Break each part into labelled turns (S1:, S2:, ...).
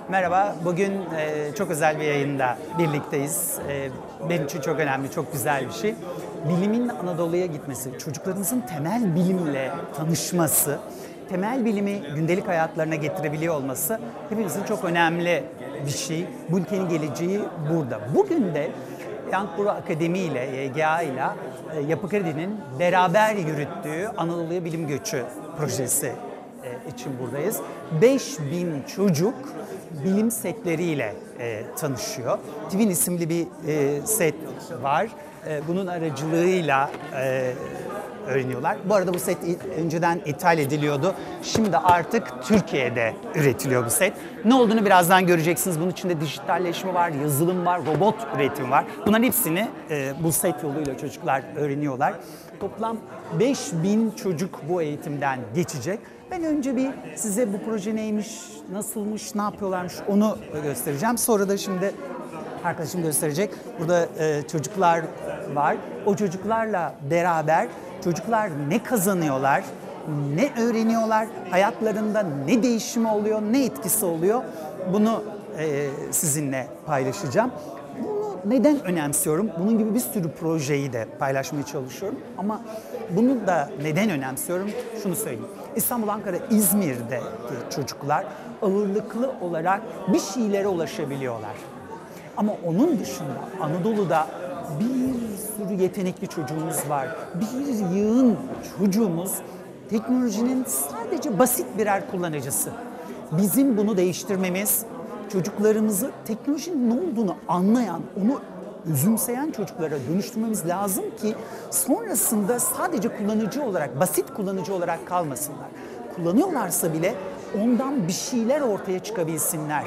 S1: Merhaba, bugün çok özel bir yayında birlikteyiz. Benim için çok önemli, çok güzel bir şey. Bilimin Anadolu'ya gitmesi, çocuklarımızın temel bilimle tanışması, temel bilimi gündelik hayatlarına getirebiliyor olması hepimizin çok önemli bir şey. Bu ülkenin geleceği burada. Bugün de Yankpuro Akademi ile, YGA ile Yapı Kredi'nin beraber yürüttüğü Anadolu'ya Bilim Göçü projesi için buradayız. 5000 çocuk bilim setleriyle tanışıyor. Twin isimli bir set var. Bunun aracılığıyla öğreniyorlar. Bu arada bu set önceden ithal ediliyordu. Şimdi artık Türkiye'de üretiliyor bu set. Ne olduğunu birazdan göreceksiniz. Bunun içinde dijitalleşme var, yazılım var, robot üretimi var. Bunların hepsini bu set yoluyla çocuklar öğreniyorlar. Toplam 5000 çocuk bu eğitimden geçecek. Ben önce bir size bu proje neymiş, nasılmış, ne yapıyorlarmış onu göstereceğim. Sonra da şimdi arkadaşım gösterecek. Burada çocuklar var. O çocuklarla beraber çocuklar ne kazanıyorlar, ne öğreniyorlar, hayatlarında ne değişimi oluyor, ne etkisi oluyor bunu sizinle paylaşacağım. Bunu neden önemsiyorum? Bunun gibi bir sürü projeyi de paylaşmaya çalışıyorum. Ama bunu da neden önemsiyorum? Şunu söyleyeyim. İstanbul, Ankara, İzmir'deki çocuklar ağırlıklı olarak bir şeylere ulaşabiliyorlar. Ama onun dışında Anadolu'da bir sürü yetenekli çocuğumuz var. Bir yığın çocuğumuz teknolojinin sadece basit birer kullanıcısı. Bizim bunu değiştirmemiz, çocuklarımızı teknolojinin ne olduğunu anlayan, onu özümseyen çocuklara dönüştürmemiz lazım ki sonrasında sadece kullanıcı olarak, basit kullanıcı olarak kalmasınlar. Kullanıyorlarsa bile ondan bir şeyler ortaya çıkabilsinler.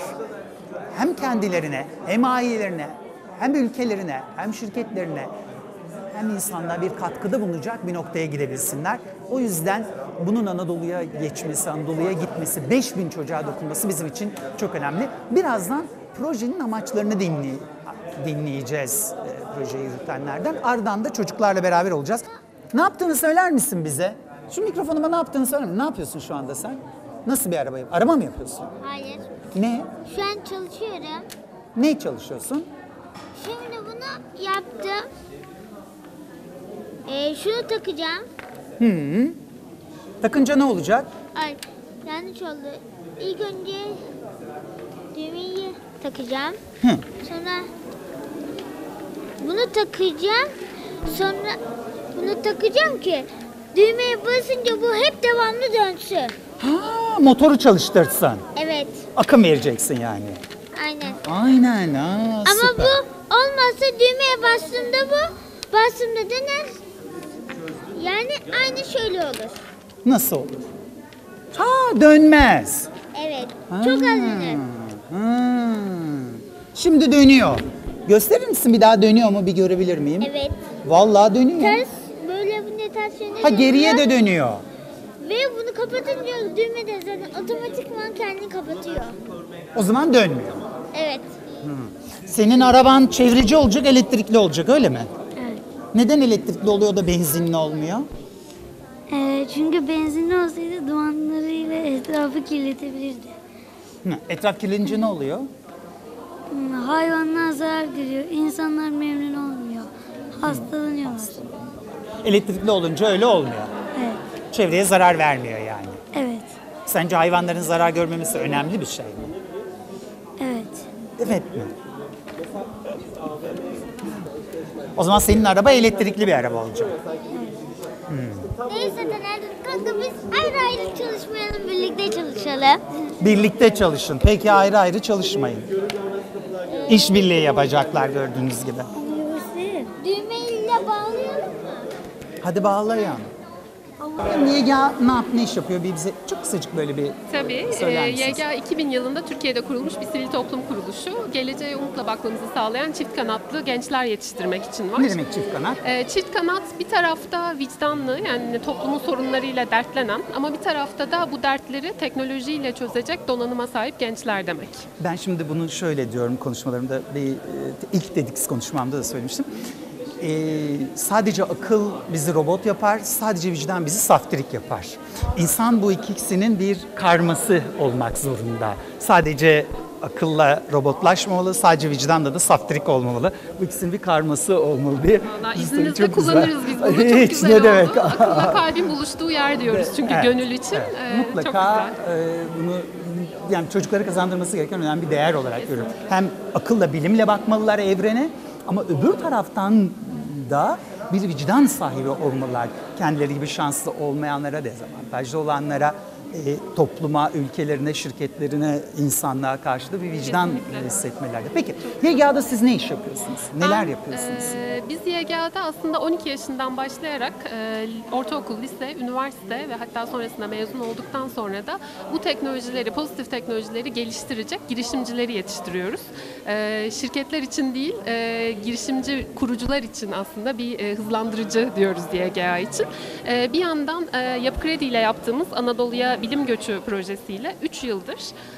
S1: Hem kendilerine, hem ailelerine, hem ülkelerine, hem şirketlerine, hem insanlığa bir katkıda bulunacak bir noktaya gidebilsinler. O yüzden bunun Anadolu'ya geçmesi, Anadolu'ya gitmesi, 5000 çocuğa dokunması bizim için çok önemli. Birazdan projenin amaçlarını dinleyeceğiz projeyi yürütenlerden. Ardından da çocuklarla beraber olacağız. Ne yaptığını söyler misin bize? Şu mikrofonuma ne yaptığını söyler misin? Ne yapıyorsun şu anda sen? Nasıl bir araba? Araba mı yapıyorsun?
S2: Hayır.
S1: Ne?
S2: Şu an çalışıyorum.
S1: Ne çalışıyorsun?
S2: Şimdi bunu yaptım. Şunu takacağım.
S1: Takınca ne olacak?
S2: Ay, yanlış oldu. İlk önce düğmeyi takacağım. Sonra bunu takacağım. Sonra bunu takacağım ki düğmeye basınca bu hep devamlı dönsün.
S1: Ha, motoru çalıştırsan.
S2: Evet.
S1: Akım vereceksin yani.
S2: Aynen.
S1: Aynen.
S2: Ama
S1: Süper.
S2: bu olmazsa düğmeye bastığımda döner. Yani aynı şöyle olur.
S1: Nasıl olur? Ha, dönmez.
S2: Evet. Çok az döner.
S1: Ha. Şimdi dönüyor. Gösterir misin bir daha dönüyor mu bir görebilir miyim?
S2: Evet.
S1: Vallahi dönüyor.
S2: Ters böyle bu ne ters yöne
S1: Ha, geriye de
S2: dönüyor.
S1: dönüyor.
S2: Ve bunu kapatınca düğme de zaten otomatikman kendini kapatıyor.
S1: O zaman dönmüyor.
S2: Evet.
S1: Senin araban çevreci olacak, elektrikli olacak öyle mi?
S2: Evet.
S1: Neden elektrikli oluyor da benzinli olmuyor?
S2: Çünkü benzinli olsaydı dumanlarıyla etrafı kirletebilirdi.
S1: Etraf kirlenince ne oluyor?
S2: Hayvanlar zarar görüyor. İnsanlar memnun olmuyor. Hastalanıyorlar.
S1: Elektrikli olunca öyle olmuyor.
S2: Evet.
S1: Çevreye zarar vermiyor yani.
S2: Evet.
S1: Sence hayvanların zarar görmemesi önemli bir şey mi?
S2: Evet.
S1: Evet mi? O zaman senin araba elektrikli bir araba olacak.
S2: Neyse Taner, kanka biz ayrı ayrı çalışmayalım, birlikte çalışalım.
S1: Birlikte çalışın. Peki ayrı ayrı çalışmayın. İşbirliği yapacaklar gördüğünüz gibi.
S2: Düğmeyle bağlayalım mı?
S1: Hadi bağlayalım. YGA ne iş yapıyor? Bir bize çok kısacık böyle bir
S3: Tabii.
S1: söyler misiniz?
S3: YGA 2000 yılında Türkiye'de kurulmuş bir sivil toplum kuruluşu. Geleceğe umutla bakmamızı sağlayan çift kanatlı gençler yetiştirmek için var.
S1: Ne demek çift kanat?
S3: Çift kanat bir tarafta vicdanlı, yani toplumun sorunlarıyla dertlenen, ama bir tarafta da bu dertleri teknolojiyle çözecek donanıma sahip gençler demek.
S1: Ben şimdi bunu şöyle diyorum konuşmalarımda, ilk dediksi konuşmamda da söylemiştim. Sadece akıl bizi robot yapar, sadece vicdan bizi saftirik yapar. İnsan bu ikisinin bir karması olmak zorunda. Sadece akılla robotlaşmamalı, sadece vicdanla da saftirik olmamalı. Bu ikisinin bir karması olmalı diye.
S3: Vallahi
S1: Biz
S3: izninizle
S1: çok güzel.
S3: kullanırız biz bunu. Çok
S1: Hiç,
S3: güzel
S1: ne
S3: oldu.
S1: demek?
S3: Akılla kalbin buluştuğu yer diyoruz çünkü
S1: Evet,
S3: gönül için.
S1: evet.
S3: Çok
S1: Mutlaka
S3: güzel.
S1: bunu yani çocuklara kazandırması gereken önemli bir değer olarak görüyorum. Hem akılla, bilimle bakmalılar evrene ama öbür taraftan da bir vicdan sahibi olmalılar. Kendileri gibi şanslı olmayanlara, dezavantajlı olanlara, topluma, ülkelerine, şirketlerine, insanlığa karşı da bir vicdan
S3: Kesinlikle.
S1: hissetmeleri. Peki YGA'da siz ne iş yapıyorsunuz? Neler yapıyorsunuz?
S3: Biz YGA'da aslında 12 yaşından başlayarak ortaokul, lise, üniversite ve hatta sonrasında mezun olduktan sonra da bu teknolojileri, pozitif teknolojileri geliştirecek girişimcileri yetiştiriyoruz. Şirketler için değil, girişimci kurucular için aslında bir hızlandırıcı diyoruz YGA için. Bir yandan Yapı Kredi ile yaptığımız Anadolu'ya Bilim Göçü projesiyle 3 yıldır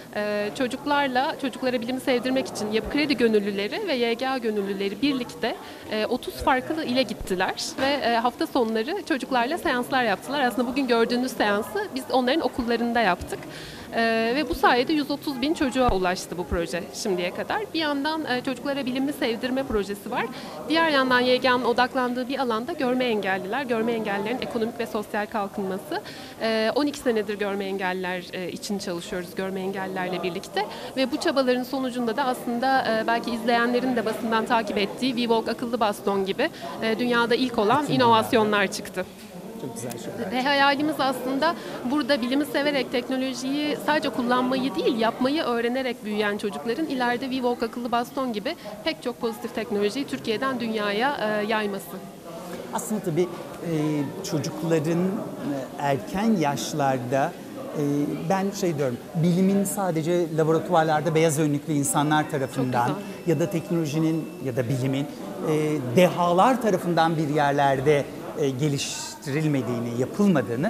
S3: çocuklara bilimi sevdirmek için Yapı Kredi gönüllüleri ve YGA gönüllüleri birlikte 30 farklı ile gittiler ve hafta sonları çocuklarla seanslar yaptılar. Aslında bugün gördüğünüz seansı biz onların okullarında yaptık. Ve bu sayede 130 bin çocuğa ulaştı bu proje şimdiye kadar. Bir yandan çocuklara bilimi sevdirme projesi var. Diğer yandan YGA'nın odaklandığı bir alanda görme engelliler, görme engellilerin ekonomik ve sosyal kalkınması. 12 senedir görme engelliler için çalışıyoruz, görme engellilerle birlikte. Ve bu çabaların sonucunda da aslında belki izleyenlerin de basından takip ettiği WeWalk akıllı baston gibi dünyada ilk olan inovasyonlar çıktı.
S1: Çok güzel şeyler.
S3: Ve hayalimiz aslında burada bilimi severek teknolojiyi sadece kullanmayı değil, yapmayı öğrenerek büyüyen çocukların ileride WeWalk akıllı baston gibi pek çok pozitif teknolojiyi Türkiye'den dünyaya yayması.
S1: Aslında tabii çocukların erken yaşlarda ben diyorum, bilimin sadece laboratuvarlarda beyaz önlüklü insanlar tarafından ya da teknolojinin ya da bilimin dehalar tarafından bir yerlerde geliştirilmediğini, yapılmadığını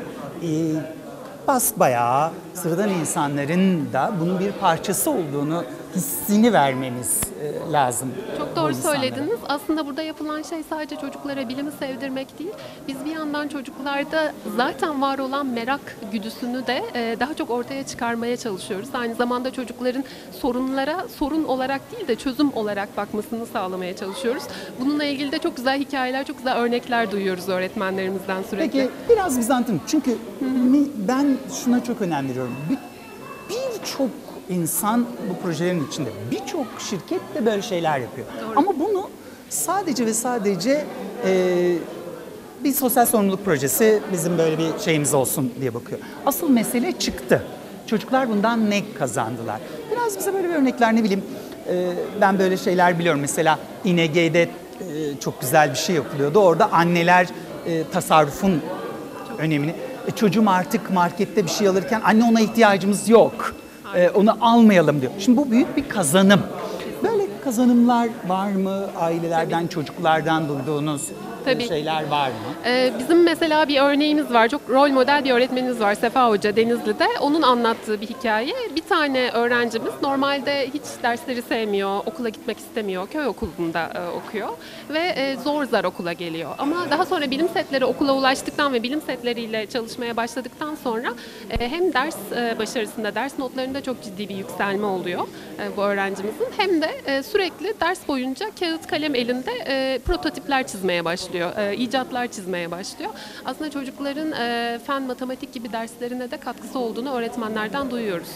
S1: basbayağı sıradan insanların da bunun bir parçası olduğunu hissini vermemiz lazım.
S3: Çok doğru söylediniz. Aslında burada yapılan şey sadece çocuklara bilimi sevdirmek değil. Biz bir yandan çocuklarda zaten var olan merak güdüsünü de daha çok ortaya çıkarmaya çalışıyoruz. Aynı zamanda çocukların sorunlara sorun olarak değil de çözüm olarak bakmasını sağlamaya çalışıyoruz. Bununla ilgili de çok güzel hikayeler, çok güzel örnekler duyuyoruz öğretmenlerimizden sürekli.
S1: Peki biraz bize anlatın. Çünkü ben şuna çok önem veriyorum. Birçok insan bu projelerin içinde. Birçok şirket de böyle şeyler yapıyor.
S3: Doğru.
S1: Ama bunu sadece ve sadece bir sosyal sorumluluk projesi bizim böyle bir şeyimiz olsun diye bakıyor. Asıl mesele çıktı. Çocuklar bundan ne kazandılar? Biraz bize böyle bir örnekler, ne bileyim, ben böyle şeyler biliyorum. Mesela İNG'de çok güzel bir şey yapılıyordu. Orada anneler tasarrufun önemini. Çocuğum artık markette bir şey alırken anne ona ihtiyacımız yok. Onu almayalım diyor. Şimdi bu büyük bir kazanım. Böyle kazanımlar var mı? Ailelerden, çocuklardan duyduğunuz şeyler var mı?
S3: Bizim mesela bir örneğimiz var. Çok rol model bir öğretmenimiz var, Sefa Hoca, Denizli'de. Onun anlattığı bir hikaye. Bir tane öğrencimiz normalde hiç dersleri sevmiyor, okula gitmek istemiyor. Köy okulunda okuyor ve zor zar okula geliyor. Ama daha sonra bilim setleri okula ulaştıktan ve bilim setleriyle çalışmaya başladıktan sonra hem ders başarısında, ders notlarında çok ciddi bir yükselme oluyor bu öğrencimizin. Hem de sürekli ders boyunca kağıt kalem elinde prototipler çizmeye başlıyor. İcatlar çizmeye başlıyor. Aslında çocukların fen, matematik gibi derslerine de katkısı olduğunu öğretmenlerden duyuyoruz.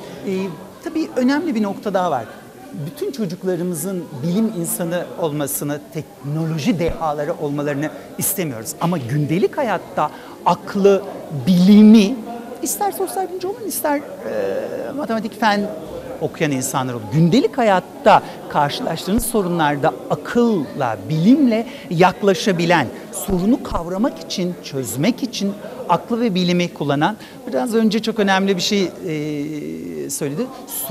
S1: Tabii önemli bir nokta daha var. Bütün çocuklarımızın bilim insanı olmasını, teknoloji dehaları olmalarını istemiyoruz. Ama gündelik hayatta aklı, bilimi, ister sosyal bilimci olun, ister matematik, fen okuyan insanlar olur. Gündelik hayatta karşılaştığınız sorunlarda akılla, bilimle yaklaşabilen, sorunu kavramak için, çözmek için aklı ve bilimi kullanan, biraz önce çok önemli bir şey söyledi.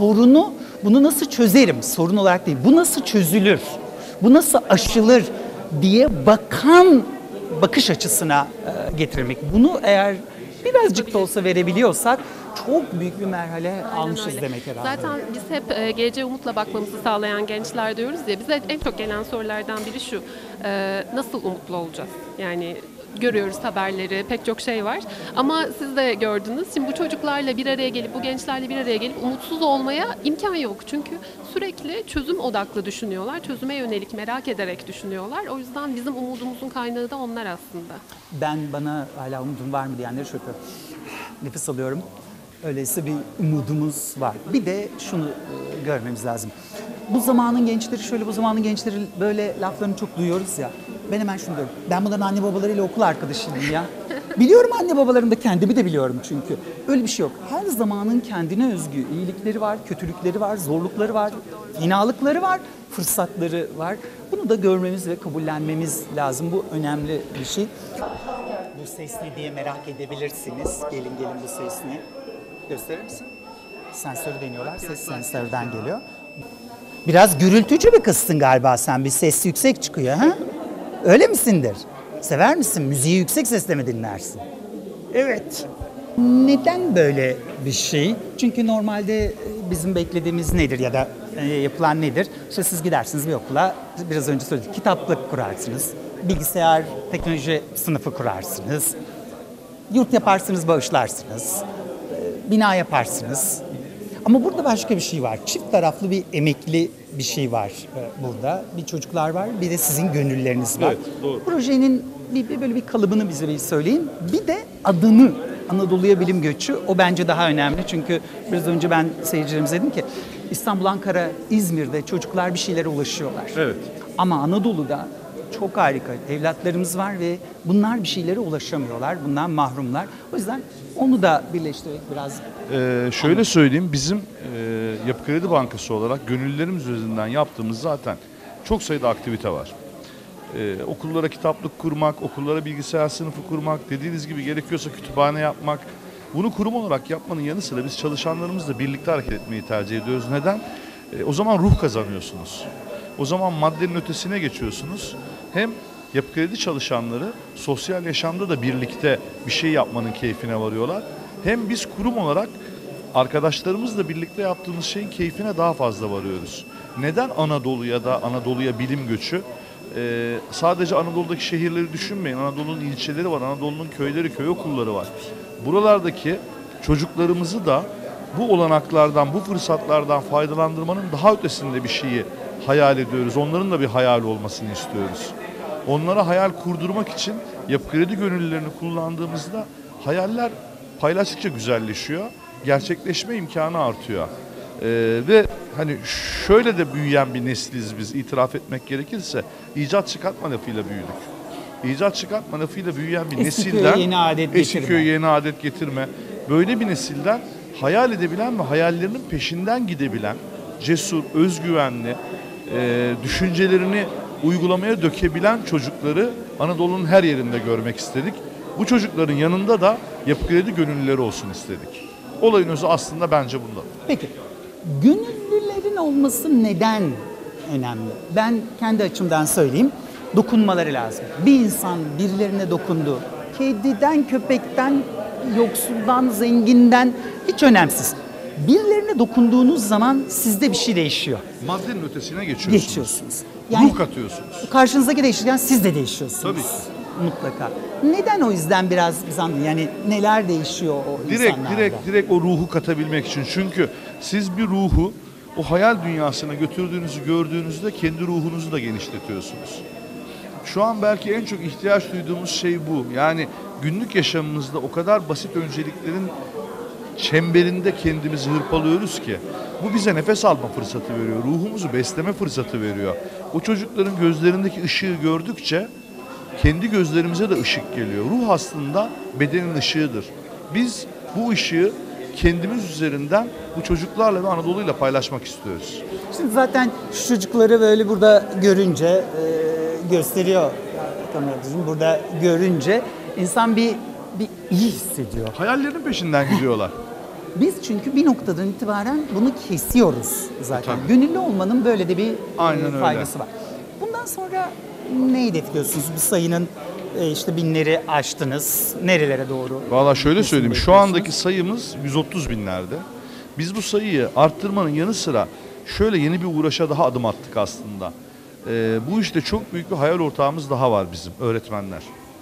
S1: Bunu nasıl çözerim? Sorun olarak değil, bu nasıl çözülür? Bu nasıl aşılır diye bakan bakış açısına getirmek. Bunu eğer birazcık da olsa verebiliyorsak çok büyük bir merhale almışız
S3: öyle
S1: demek herhalde.
S3: Zaten biz hep geleceğe umutla bakmamızı sağlayan gençler diyoruz ya, bize en çok gelen sorulardan biri şu: nasıl umutlu olacağız? Yani görüyoruz haberleri, pek çok şey var. Ama siz de gördünüz. Şimdi bu çocuklarla bir araya gelip, bu gençlerle bir araya gelip umutsuz olmaya imkan yok. Çünkü sürekli çözüm odaklı düşünüyorlar. Çözüme yönelik merak ederek düşünüyorlar. O yüzden bizim umudumuzun kaynağı da onlar aslında.
S1: Bana hala umudum var mı diyenleri şöyle nefes alıyorum. Öyleyse bir umudumuz var. Bir de şunu görmemiz lazım. Bu zamanın gençleri şöyle, bu zamanın gençleri böyle laflarını çok duyuyoruz ya. Ben hemen şunu diyorum. Ben bunların anne babalarıyla okul arkadaşıyım ya. Biliyorum anne babalarını da, kendimi de biliyorum çünkü. Öyle bir şey yok. Her zamanın kendine özgü iyilikleri var, kötülükleri var, zorlukları var, fenalıkları var, fırsatları var. Bunu da görmemiz ve kabullenmemiz lazım. Bu önemli bir şey. Bu ses ne diye merak edebilirsiniz. Gelin bu ses ne? Gösterir misin? Sensörü deniyorlar. Ses sensörden geliyor. Biraz gürültücü bir kızsın galiba sen. Bir ses yüksek çıkıyor ha? Öyle misindir? Sever misin? Müziği yüksek sesle mi dinlersin? Evet. Neden böyle bir şey? Çünkü normalde bizim beklediğimiz nedir ya da yapılan nedir? İşte siz gidersiniz bir okula, biraz önce söyledik, kitaplık kurarsınız. Bilgisayar, teknoloji sınıfı kurarsınız. Yurt yaparsınız, bağışlarsınız. Bina yaparsınız. Ama burada başka bir şey var. Çift taraflı bir emekli bir şey var burada. Bir çocuklar var, bir de sizin gönülleriniz var.
S4: Evet, doğru.
S1: Projenin böyle bir kalıbını bize bir söyleyin. Bir de adını, Anadolu'ya bilim göçü, o bence daha önemli. Çünkü biraz önce ben seyircilerimize dedim ki İstanbul, Ankara, İzmir'de çocuklar bir şeylere ulaşıyorlar.
S4: Evet.
S1: Ama Anadolu'da çok harika evlatlarımız var ve bunlar bir şeylere ulaşamıyorlar. Bundan mahrumlar. O yüzden onu da birleştirerek biraz...
S4: Şöyle söyleyeyim, bizim Yapı Kredi Bankası olarak gönüllülerimiz üzerinden yaptığımız zaten çok sayıda aktivite var. Okullara kitaplık kurmak, okullara bilgisayar sınıfı kurmak, dediğiniz gibi gerekiyorsa kütüphane yapmak. Bunu kurum olarak yapmanın yanı sıra biz çalışanlarımızla birlikte hareket etmeyi tercih ediyoruz. Neden? O zaman ruh kazanıyorsunuz. O zaman maddenin ötesine geçiyorsunuz. Hem Yapı Kredi çalışanları sosyal yaşamda da birlikte bir şey yapmanın keyfine varıyorlar. Hem biz kurum olarak arkadaşlarımızla birlikte yaptığımız şeyin keyfine daha fazla varıyoruz. Neden Anadolu ya da Anadolu'ya bilim göçü? Sadece Anadolu'daki şehirleri düşünmeyin. Anadolu'nun ilçeleri var, Anadolu'nun köyleri, köy okulları var. Buralardaki çocuklarımızı da bu olanaklardan, bu fırsatlardan faydalandırmanın daha ötesinde bir şeyi hayal ediyoruz. Onların da bir hayal olmasını istiyoruz. Onlara hayal kurdurmak için Yapı Kredi gönüllülerini kullandığımızda hayaller paylaştıkça güzelleşiyor. Gerçekleşme imkanı artıyor. Ve hani şöyle de büyüyen bir nesliz biz, itiraf etmek gerekirse. İcat çıkartma lafıyla büyüdük. İcat çıkartma lafıyla büyüyen bir nesilden eski köye yeni adet getirme. Böyle bir nesilden hayal edebilen ve hayallerinin peşinden gidebilen, cesur, özgüvenli, düşüncelerini uygulamaya dökebilen çocukları Anadolu'nun her yerinde görmek istedik. Bu çocukların yanında da Yapı Kredi gönüllüleri olsun istedik. Olayın özü aslında bence bunda.
S1: Peki, gönüllülerin olması neden önemli? Ben kendi açımdan söyleyeyim, dokunmaları lazım. Bir insan birilerine dokundu. Kediden, köpekten, yoksuldan, zenginden hiç önemsiz. Birilerine dokunduğunuz zaman sizde bir şey değişiyor.
S4: Maddenin ötesine geçiyorsunuz.
S1: Geçiyorsunuz.
S4: Ruh katıyorsunuz.
S1: Karşınızdaki değişirken siz de değişiyorsunuz.
S4: Tabii.
S1: Mutlaka. Neden o yüzden biraz biz anlayın? Yani neler değişiyor o insanlarda?
S4: Direkt o ruhu katabilmek için. Çünkü siz bir ruhu o hayal dünyasına götürdüğünüzü gördüğünüzde kendi ruhunuzu da genişletiyorsunuz. Şu an belki en çok ihtiyaç duyduğumuz şey bu. Yani günlük yaşamımızda o kadar basit önceliklerin çemberinde kendimizi hırpalıyoruz ki bu bize nefes alma fırsatı veriyor. Ruhumuzu besleme fırsatı veriyor. O çocukların gözlerindeki ışığı gördükçe kendi gözlerimize de ışık geliyor. Ruh aslında bedenin ışığıdır. Biz bu ışığı kendimiz üzerinden bu çocuklarla ve Anadolu'yla paylaşmak istiyoruz.
S1: Şimdi zaten şu çocukları böyle burada görünce gösteriyor kameracığım, burada görünce insan bir iyi hissediyor.
S4: Hayallerin peşinden gidiyorlar.
S1: Biz çünkü bir noktadan itibaren bunu kesiyoruz zaten.
S4: Tabii.
S1: Gönüllü olmanın böyle de bir faydası
S4: öyle.
S1: var. Bundan sonra ne hedefliyorsunuz? Bu sayının işte binleri aştınız. Nerelere doğru?
S4: Valla şöyle söyleyeyim. Şu andaki sayımız 130 binlerde. Biz bu sayıyı arttırmanın yanı sıra şöyle yeni bir uğraşa daha adım attık aslında. Bu işte çok büyük bir hayal ortağımız daha var bizim, öğretmenler.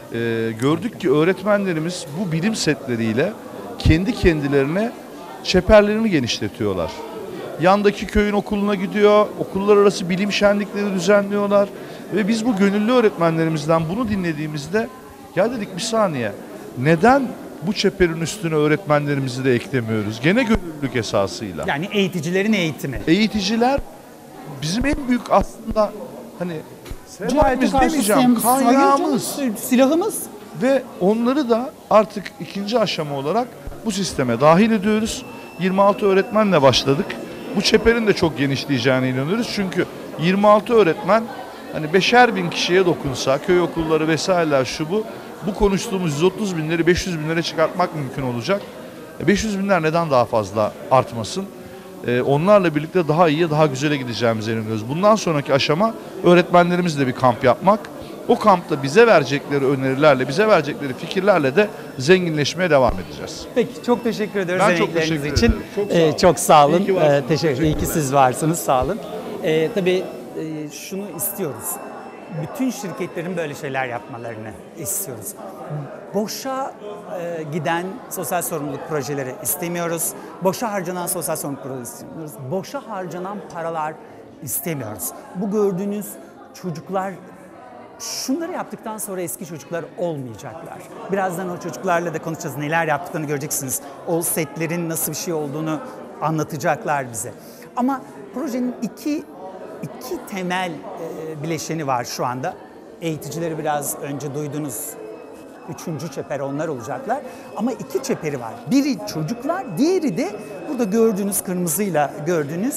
S4: gördük ki öğretmenlerimiz bu bilim setleriyle kendi kendilerine çeperlerini genişletiyorlar. Yandaki köyün okuluna gidiyor, okullar arası bilim şenlikleri düzenliyorlar ve biz bu gönüllü öğretmenlerimizden bunu dinlediğimizde ya dedik bir saniye, neden bu çeperin üstüne öğretmenlerimizi de eklemiyoruz? Gene gönüllülük esasıyla.
S1: Yani eğiticilerin eğitimi.
S4: Eğiticiler bizim en büyük aslında hani sermayemiz
S1: Karşı
S4: demeyeceğim, kaynağımız.
S1: Silahımız.
S4: Ve onları da artık ikinci aşama olarak bu sisteme dahil ediyoruz. 26 öğretmenle başladık. Bu çeperin de çok genişleyeceğine inanıyoruz. Çünkü 26 öğretmen hani 5'er bin kişiye dokunsa, köy okulları vesaireler şu bu konuştuğumuz 130 binleri 500 binlere çıkartmak mümkün olacak. 500 binler neden daha fazla artmasın? Onlarla birlikte daha iyiye, daha güzele gideceğimize inanıyoruz. Bundan sonraki aşama öğretmenlerimizle bir kamp yapmak. O kampta bize verecekleri önerilerle, bize verecekleri fikirlerle de zenginleşmeye devam edeceğiz.
S1: Peki çok teşekkür ediyoruz
S4: Ben çok
S1: emekleriniz
S4: teşekkür
S1: için.
S4: ederim. Çok sağ olun.
S1: Çok sağ olun.
S4: İyi ki varsınız.
S1: İyi ki siz varsınız. Sağ olun. Tabii şunu istiyoruz. Bütün şirketlerin böyle şeyler yapmalarını istiyoruz. Boşa giden sosyal sorumluluk projeleri istemiyoruz. Boşa harcanan sosyal sorumluluk projeleri istemiyoruz. Boşa harcanan paralar istemiyoruz. Bu gördüğünüz çocuklar şunları yaptıktan sonra eski çocuklar olmayacaklar. Birazdan o çocuklarla da konuşacağız. Neler yaptıklarını göreceksiniz. O setlerin nasıl bir şey olduğunu anlatacaklar bize. Ama projenin iki temel bileşeni var şu anda. Eğiticileri biraz önce duydunuz. 3. çeper onlar olacaklar. Ama 2 çeperi var. Biri çocuklar, diğeri de burada gördüğünüz, kırmızıyla gördüğünüz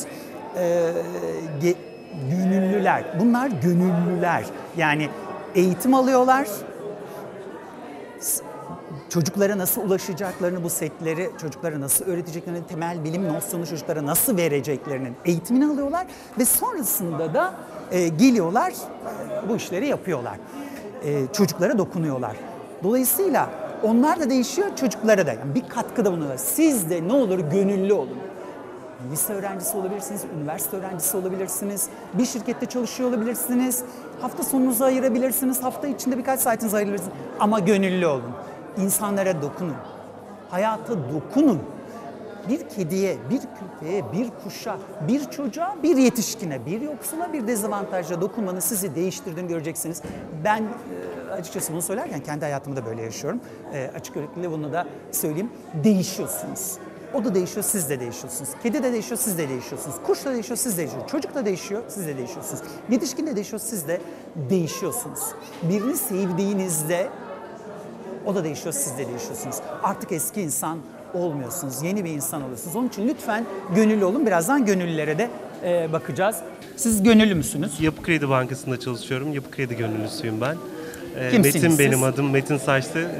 S1: gönüllüler. Bunlar gönüllüler. Yani eğitim alıyorlar. Çocuklara nasıl ulaşacaklarını, bu setleri çocuklara nasıl öğreteceklerini, temel bilim nosyonu çocuklara nasıl vereceklerinin eğitimini alıyorlar ve sonrasında da geliyorlar, bu işleri yapıyorlar. Çocuklara dokunuyorlar. Dolayısıyla onlar da değişiyor, çocuklara da. Yani bir katkıda bulunuyorlar. Siz de ne olur gönüllü olun. Lise öğrencisi olabilirsiniz, üniversite öğrencisi olabilirsiniz, bir şirkette çalışıyor olabilirsiniz, hafta sonunuzu ayırabilirsiniz, hafta içinde birkaç saatinizi ayırabilirsiniz. Ama gönüllü olun. İnsanlara dokunun. Hayata dokunun. Bir kediye, bir köpeğe, bir kuşa, bir çocuğa, bir yetişkine, bir yoksula, bir dezavantajla dokunmanın sizi değiştirdiğini göreceksiniz. Ben açıkçası bunu söylerken kendi hayatımı da böyle yaşıyorum. Açık yüreklilikle bunu da söyleyeyim. Değişiyorsunuz. O da değişiyor, siz de değişiyorsunuz. Kedi de değişiyor, siz de değişiyorsunuz. Kuş da değişiyor, siz de değişiyorsunuz. Çocuk da değişiyor, siz de değişiyorsunuz. Yetişkin de değişiyor, siz de değişiyorsunuz. Birini sevdiğinizde o da değişiyor, siz de değişiyorsunuz. Artık eski insan olmuyorsunuz, yeni bir insan oluyorsunuz. Onun için lütfen gönüllü olun. Birazdan gönüllülere de bakacağız. Siz gönüllü müsünüz?
S5: Yapı Kredi Bankası'nda çalışıyorum. Yapı Kredi gönüllüsüyüm ben.
S1: Kimsiniz
S5: Metin
S1: siz?
S5: benim adım. Metin Saçlı.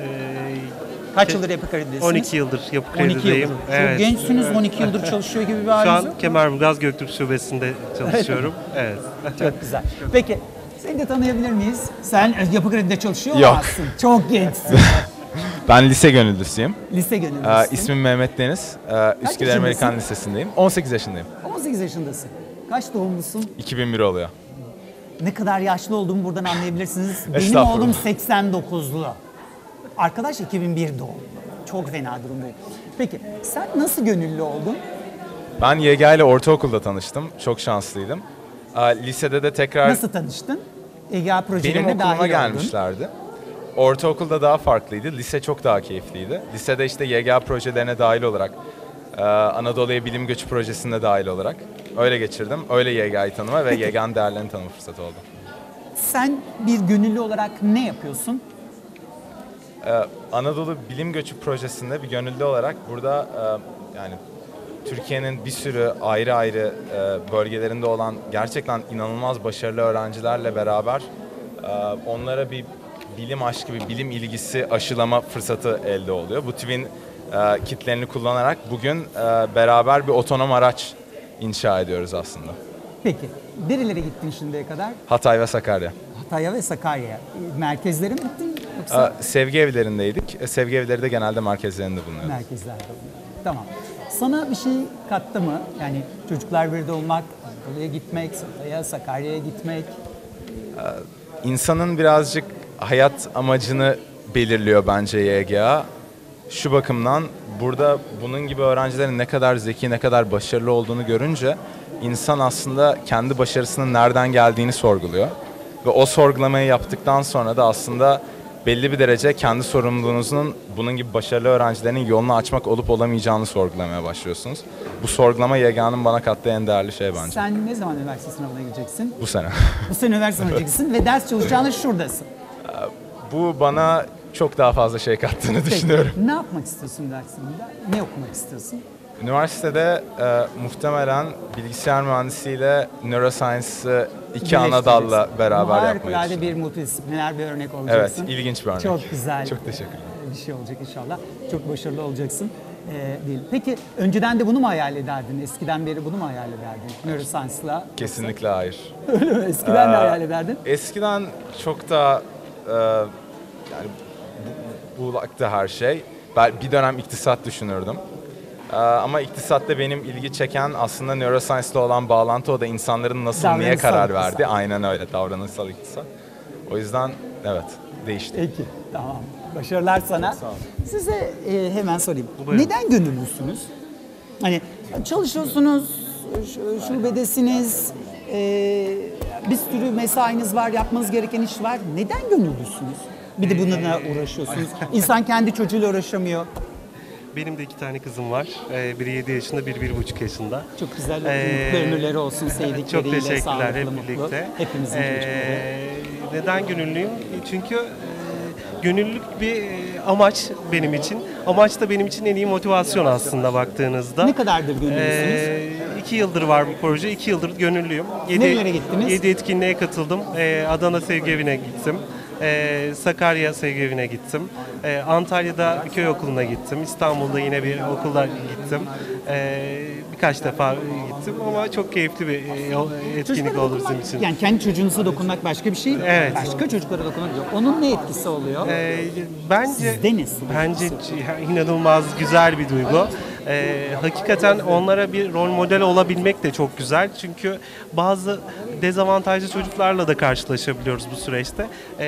S1: Kaç yıldır Yapı Kredi'desiniz?
S5: 12 yıldır Yapı
S1: 12
S5: Kredi'deyim.
S1: yıldır. Çok gençsiniz, 12 yıldır çalışıyor gibi bir
S5: Şu
S1: haliniz
S5: an
S1: yok.
S5: Kemerburgaz Göktürk Şubesi'nde çalışıyorum. Evet.
S1: Çok güzel. Peki seni de tanıyabilir miyiz? Sen Yapı Kredi'de çalışıyor
S6: Yok.
S1: musun? Çok gençsin.
S6: Ben lise gönüllüsüyüm.
S1: Lise gönüllüsün.
S6: İsmim Mehmet Deniz. Üsküdar
S1: yaşındasın?
S6: Amerikan Lisesi'ndeyim. 18 yaşındayım.
S1: 18 yaşındasın. Kaç doğumlusun?
S6: 2001 oluyor.
S1: Ne kadar yaşlı olduğumu buradan anlayabilirsiniz. Benim
S6: Estağfurullah.
S1: oğlum 89'lu. Arkadaş 2001 doğumlu. Çok fena durumdayım. Peki sen nasıl gönüllü oldun?
S6: Ben YG ile ortaokulda tanıştım. Çok şanslıydım. Lisede de tekrar
S1: Nasıl tanıştın? EGA
S6: benim
S1: projelerine
S6: okuluma
S1: dahil oldun.
S6: gelmişlerdi. Ortaokulda daha farklıydı. Lise çok daha keyifliydi. Lisede işte YG projelerine dahil olarak, Anadolu'ya Bilim Göçü projesinde dahil olarak öyle geçirdim. Öyle YG'yi tanıma ve YG'nin değerlerini tanıma fırsatı oldu.
S1: Sen bir gönüllü olarak ne yapıyorsun?
S6: Anadolu Bilim Göçü projesinde bir gönüllü olarak burada yani Türkiye'nin bir sürü ayrı ayrı bölgelerinde olan gerçekten inanılmaz başarılı öğrencilerle beraber onlara bir bilim aşkı, bir bilim ilgisi aşılama fırsatı elde oluyor. Bu TÜİ'nin kitlerini kullanarak bugün beraber bir otonom araç inşa ediyoruz aslında.
S1: Peki, nerelere gittin şimdiye kadar?
S6: Hatay ve Sakarya.
S1: Hatay'a ve Sakarya'ya. Merkezlere mi gittin yoksa
S6: Sevgi evlerindeydik. Sevgi evleri de genelde merkezlerinde bulunuyor.
S1: merkezlerde? Tamam. Sana bir şey kattı mı? Yani çocuklar bir de olmak, Anadolu'ya gitmek, Hatay'a, Sakarya'ya gitmek.
S6: İnsanın birazcık hayat amacını belirliyor bence YGA. Şu bakımdan burada bunun gibi öğrencilerin ne kadar zeki, ne kadar başarılı olduğunu görünce insan aslında kendi başarısının nereden geldiğini sorguluyor. Ve o sorgulamayı yaptıktan sonra da aslında belli bir derece kendi sorumluluğunuzun bunun gibi başarılı öğrencilerin yolunu açmak olup olamayacağını sorgulamaya başlıyorsunuz. Bu sorgulama YGA'nın bana kattığı en değerli şey bence.
S1: Sen ne zaman üniversite sınavına gireceksin?
S6: Bu sene.
S1: Bu sene üniversite sınavına gireceksin ve ders çalışacağına şuradasın.
S6: Bu bana çok daha fazla şey kattığını
S1: Peki,
S6: düşünüyorum.
S1: ne yapmak istiyorsun dersinde? Ne okumak istiyorsun?
S6: Üniversitede muhtemelen bilgisayar mühendisiyle neuroscience'ı iki ana
S1: Birleştireceksin.
S6: dalla beraber yapmayı
S1: Harikulade
S6: düşünüyorum.
S1: bir multidisipliner bir örnek
S6: Evet,
S1: olacaksın.
S6: ilginç bir örnek.
S1: Çok güzel.
S6: Çok teşekkürler.
S1: Bir şey olacak inşallah. Çok başarılı olacaksın. Değil. Peki önceden de bunu mu hayal ederdin? Eskiden beri bunu mu hayal ederdin? Neuroscience'la.
S6: Kesinlikle hayır.
S1: Öyle mi? Eskiden de hayal ederdin.
S6: Eskiden çok da yani buğulaktı her şey. Ben bir dönem iktisat düşünürdüm. Ama iktisatta benim ilgi çeken aslında neuroscience'la olan bağlantı, o da insanların nasıl, niye
S1: Davranışsal
S6: karar
S1: iktisat.
S6: verdi. Aynen öyle, davranışsal iktisat. O yüzden evet, değişti.
S1: Peki, tamam. Başarılar sana. Size hemen sorayım.
S5: Buyurun.
S1: Neden gönüllüsünüz? Hani çalışıyorsunuz, şubedesiniz, bir sürü mesainiz var, yapmanız gereken iş var. Neden gönüllüsünüz? Bir de bununla uğraşıyorsunuz. İnsan kendi çocuğuyla uğraşamıyor.
S5: Benim de 2 tane kızım var. Biri 7 yaşında, biri 1,5 yaşında.
S1: Çok güzel, mutlu ömürleri olsun
S5: Çok
S1: sevdikleriyle,
S5: teşekkürler
S1: sağlıklı,
S5: hep
S1: mutlu.
S5: birlikte.
S1: Hepimizin çocukları.
S5: Neden gönüllüyüm? Çünkü gönüllülük bir amaç benim için. Amaç da benim için en iyi motivasyon aslında baktığınızda.
S1: Ne kadardır gönüllüsünüz?
S5: 2 yıldır var bu proje. 2 yıldır gönüllüyüm.
S1: Nerelere gittiniz?
S5: 7 etkinliğe katıldım. Adana Sevgi Evi'ne gittim. Sakarya Sevgi Evi'ne gittim. Antalya'da bir köy okuluna gittim. İstanbul'da yine bir okula gittim. Birkaç defa gittim ama çok keyifli bir etkinlik
S1: Çocuklara
S5: oldu
S1: dokunmak,
S5: bizim için.
S1: yani kendi çocuğunuza dokunmak başka bir şey.
S5: Evet.
S1: Başka çocuklara dokunmak yok. Onun ne etkisi oluyor?
S5: Bence
S1: Sizde nasıl?
S5: bence inanılmaz güzel bir duygu. Hakikaten onlara bir rol model olabilmek de çok güzel. Çünkü bazı dezavantajlı çocuklarla da karşılaşabiliyoruz bu süreçte.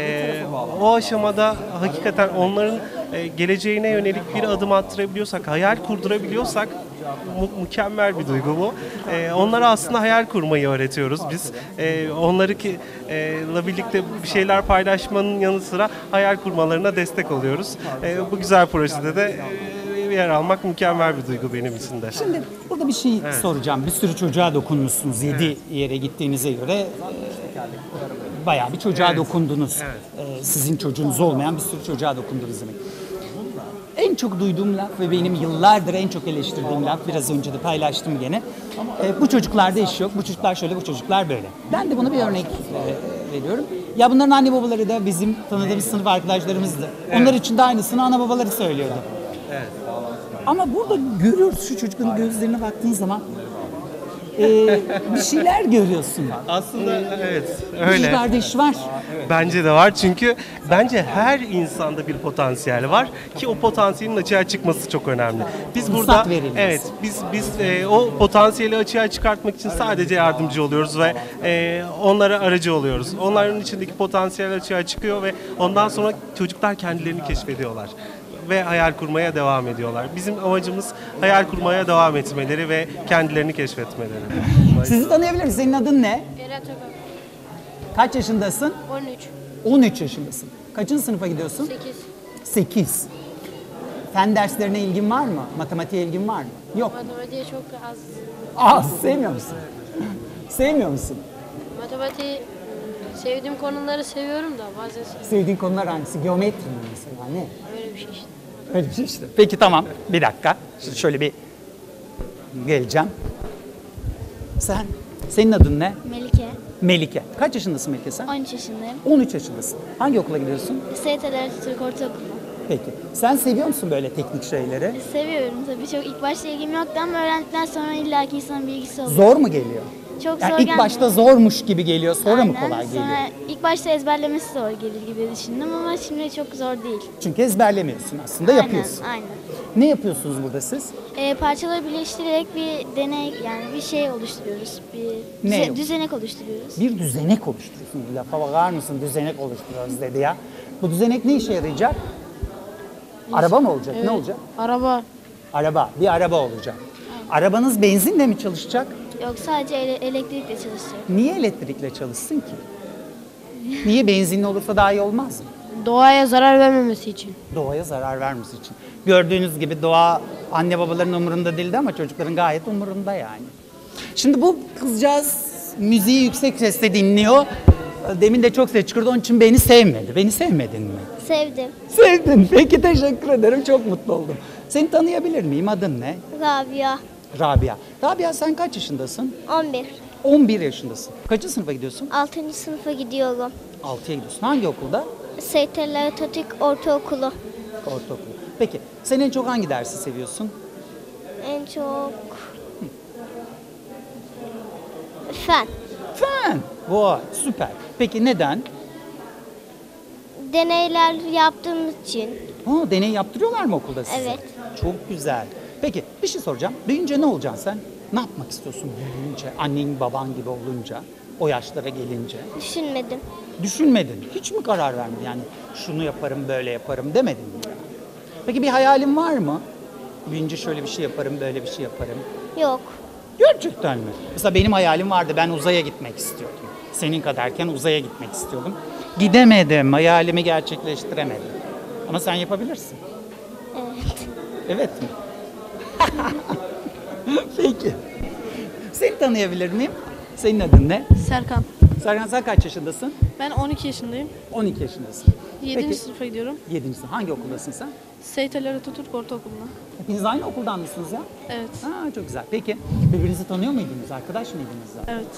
S5: O aşamada hakikaten onların geleceğine yönelik bir adım attırabiliyorsak, hayal kurdurabiliyorsak mükemmel bir duygu bu. Onlara aslında hayal kurmayı öğretiyoruz biz. Onları birlikte bir şeyler paylaşmanın yanı sıra hayal kurmalarına destek oluyoruz. Bu güzel projede de yer almak mükemmel bir duygu benim için de.
S1: Şimdi burada bir şey soracağım. Bir sürü çocuğa dokunmuşsunuz. 7 yere gittiğinize göre bayağı bir çocuğa dokundunuz. Sizin çocuğunuz olmayan bir sürü çocuğa dokundunuz demek. En çok duyduğum laf ve benim yıllardır en çok eleştirdiğim laf, biraz önce de paylaştım gene. Bu çocuklarda iş yok, bu çocuklar şöyle, bu çocuklar böyle. Ben de buna bir örnek veriyorum. Ya bunların anne babaları da bizim tanıdığımız sınıf arkadaşlarımızdı. Onlar için de aynısını ana babaları söylüyordu. Ama burada görüyoruz, şu çocuğun gözlerine baktığın zaman bir şeyler görüyorsun.
S5: Aslında evet
S1: Bu
S5: öyle.
S1: çocuklarda iş var.
S5: Bence de var çünkü bence her insanda bir potansiyel var ki o potansiyelin açığa çıkması çok önemli. Biz
S1: Fırsat
S5: burada
S1: verilmesi.
S5: evet biz o potansiyeli açığa çıkartmak için sadece yardımcı oluyoruz ve onlara aracı oluyoruz. Onların içindeki potansiyel açığa çıkıyor ve ondan sonra çocuklar kendilerini keşfediyorlar ve hayal kurmaya devam ediyorlar. Bizim amacımız hayal kurmaya devam etmeleri ve kendilerini keşfetmeleri.
S1: Sizi tanıyabilir miyim? Senin adın ne?
S2: Berat Akak,
S1: Kaç yaşındasın?
S2: 13,
S1: 13 yaşındasın. Kaçıncı sınıfa gidiyorsun?
S2: 8.
S1: 8. Fen derslerine ilgin var mı? Matematiğe ilgin var mı? Yok.
S2: Matematiğe çok az.
S1: Sevmiyor musun? Sevmiyor musun?
S2: Matematiği sevdiğim konuları seviyorum da bazen
S1: Sevdiğin konular hangisi? Geometri mi mesela? Ne?
S2: öyle bir şey işte.
S1: Öyle bir şey işte. Peki tamam. Bir dakika. Şimdi şöyle bir geleceğim. Senin adın ne?
S2: Melike,
S1: Melike. Kaç yaşındasın Melike sen?
S2: 13 yaşındayım.
S1: 13 yaşındasın. Hangi okula gidiyorsun?
S2: ST'ler Türk Ortaokulu.
S1: Peki. Sen seviyor musun böyle teknik şeyleri?
S2: Seviyorum tabii. Çok ilk başta ilgim yoktu ama öğrendikten sonra illaki insanın bilgisi oluyor.
S1: Zor mu geliyor?
S7: Çok
S1: Yani
S7: zor
S1: ilk
S7: gelmedi.
S1: başta zormuş gibi geliyor, sonra mı
S7: Aynen.
S1: kolay geliyor?
S7: Sonra ilk başta ezberlemesi zor gelir gibi düşündüm ama şimdi çok zor değil.
S1: Çünkü ezberlemiyorsun aslında, yapıyorsun.
S7: Aynen.
S1: Ne yapıyorsunuz burada siz?
S7: Parçaları birleştirerek bir deney yani bir şey oluşturuyoruz. Bir
S1: Ne?
S7: düzenek oluşturuyoruz.
S1: Bir düzenek oluşturuyorsun. Lafa bakar mısın? Düzenek oluşturuyoruz dedi ya. Bu düzenek ne işe yarayacak? Araba mı olacak? Ne olacak?
S8: Araba.
S1: Araba. Bir araba olacak. Arabanız benzinle mi çalışacak?
S7: Yok sadece elektrikle çalışacak.
S1: Niye elektrikle çalışsın ki? Niye benzinli olursa daha iyi olmaz mı?
S8: Doğaya zarar vermemesi için.
S1: Doğaya zarar vermesi için. Gördüğünüz gibi doğa anne babaların umurunda değildi ama çocukların gayet umurunda yani. Şimdi bu kızcağız müziği yüksek sesle dinliyor. Demin de çok ses çıkardı, onun için beni sevmedi. Beni sevmedin mi?
S2: Sevdim.
S1: Sevdim. Peki, teşekkür ederim. Çok mutlu oldum. Seni tanıyabilir miyim? Adın ne?
S2: Rabia.
S1: Rabia. Rabia, sen kaç yaşındasın?
S2: 11.
S1: 11 yaşındasın. Kaçıncı sınıfa gidiyorsun?
S2: 6. sınıfa gidiyorum.
S1: 6'ya gidiyorsun. Hangi okulda?
S2: Seyteller Atatürk Ortaokulu.
S1: Ortaokul. Peki, sen en çok hangi dersi seviyorsun?
S2: En çok... Fen.
S1: Fen. Vay, süper. Peki neden?
S2: Deneyler yaptığımız için.
S1: Ha, deney yaptırıyorlar mı okulda size?
S2: Evet.
S1: Çok güzel. Peki, bir şey soracağım. Büyüyünce ne olacaksın sen? Ne yapmak istiyorsun büyüyünce? Annen baban gibi olunca, o yaşlara gelince.
S2: Düşünmedim.
S1: Düşünmedin. Hiç mi karar vermedin? Yani şunu yaparım, böyle yaparım demedin mi? Peki bir hayalin var mı? Büyüyünce şöyle bir şey yaparım, böyle bir şey yaparım.
S2: Yok.
S1: Gerçekten mi? Mesela benim hayalim vardı. Ben uzaya gitmek istiyordum. Senin kadarken uzaya gitmek istiyordum. Gidemedim. Hayalimi gerçekleştiremedim. Ama sen yapabilirsin.
S2: Evet.
S1: Evet mi? Peki. Seni tanıyabilir miyim? Senin adın ne?
S8: Serkan.
S1: Serkan, sen kaç yaşındasın?
S8: Ben 12 yaşındayım.
S1: 12 yaşındasın.
S8: 7.
S1: Peki,
S8: sınıfa gidiyorum.
S1: 7. sınıf. Hangi okuldasın sen?
S8: Seyit Ali Atatürk Ortaokulu'na.
S1: Hepiniz aynı okuldan mısınız ya?
S8: Evet.
S1: Ha, çok güzel. Peki birbirinizi tanıyor muydunuz? Arkadaş mıydınız zaten?
S8: Evet.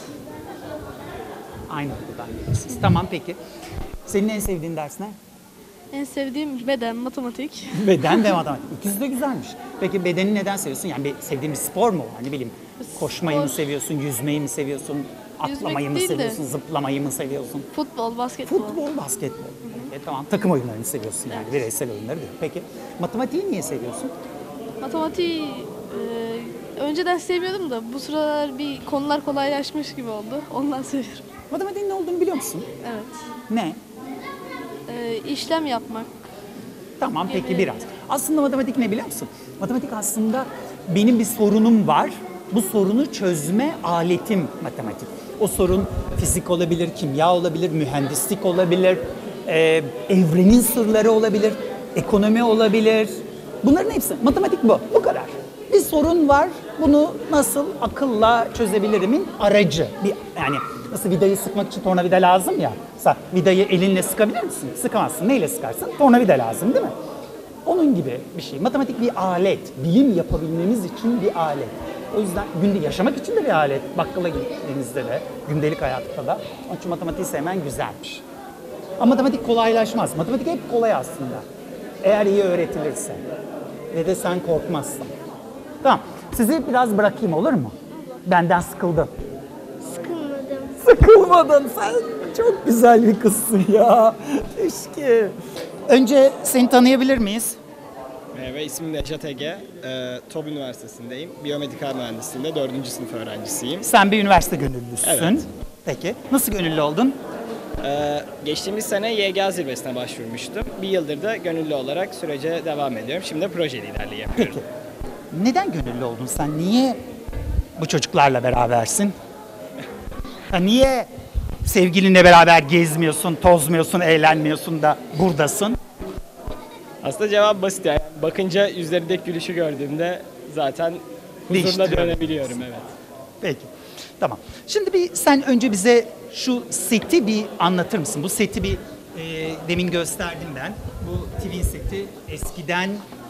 S1: Aynı okuldan geliyorsunuz. Tamam, peki. Senin en sevdiğin ders ne?
S8: En sevdiğim beden, matematik.
S1: Beden ve matematik. İkisi de güzelmiş. Peki bedeni neden seviyorsun? Yani sevdiğin bir spor mu var? Ne bileyim, koşmayı mı
S8: Spor.
S1: seviyorsun, yüzmeyi mi seviyorsun, atlamayı mı
S8: değil de-
S1: seviyorsun, zıplamayı mı seviyorsun?
S8: Futbol, basketbol.
S1: Futbol, basketbol. Tamam, takım oyunlarını seviyorsun yani, bireysel oyunları değil. Peki matematiği niye seviyorsun?
S8: Matematiği önceden seviyordum da bu sıralar bir konular kolaylaşmış gibi oldu. Ondan seviyorum.
S1: Matematiğin ne olduğunu biliyor musun?
S8: Evet.
S1: Ne?
S8: İşlem yapmak.
S1: Tamam, peki biraz. Aslında matematik ne biliyor musun? Matematik aslında benim bir sorunum var. Bu sorunu çözme aletim matematik. O sorun fizik olabilir, kimya olabilir, mühendislik olabilir, evrenin sırları olabilir, ekonomi olabilir. Bunların hepsi. Matematik bu. Bu kadar. Bir sorun var. Bunu nasıl akılla çözebilirimin aracı. Yani nasıl vidayı sıkmak için tornavida lazım ya. Mesela vidayı elinle sıkabilir misin? Sıkamazsın. Neyle sıkarsın? Tornavida lazım değil mi? Onun gibi bir şey. Matematik bir alet. Bilim yapabilmemiz için bir alet. O yüzden günde yaşamak için de bir alet. Bakkala gittiğinizde de, gündelik hayatta da. Onun için matematiği sevmen güzelmiş. Ama matematik kolaylaşmaz. Matematik hep kolay aslında. Eğer iyi öğretilirse. Ve de sen korkmazsan. Tamam. Sizi biraz bırakayım, olur mu? Benden sıkıldın.
S2: Sıkılmadım.
S1: Sıkılmadın. Sen çok güzel bir kızsın ya. Keşke. Önce seni tanıyabilir miyiz?
S9: Merhaba, ismim Necat Ege. TOB Üniversitesi'ndeyim. Biyomedikal mühendisliğinde 4. sınıf öğrencisiyim.
S1: Sen bir üniversite gönüllüsün.
S9: Evet.
S1: Peki. Nasıl gönüllü oldun?
S9: Geçtiğimiz sene YGA zirvesine başvurmuştum. Bir yıldır da gönüllü olarak sürece devam ediyorum. Şimdi de proje liderliği yapıyorum.
S1: Peki. Neden gönüllü oldun sen? Niye bu çocuklarla berabersin? Ha, niye sevgilinle beraber gezmiyorsun, tozmuyorsun, eğlenmiyorsun da buradasın?
S9: Aslında cevap basit yani. Bakınca yüzlerindeki gülüşü gördüğümde zaten huzurla
S1: Değiştiriyor.
S9: dönebiliyorum, evet.
S1: Peki. Tamam. Şimdi sen önce bize şu seti bir anlatır mısın? Bu seti demin gösterdim ben. Bu TV seti eskiden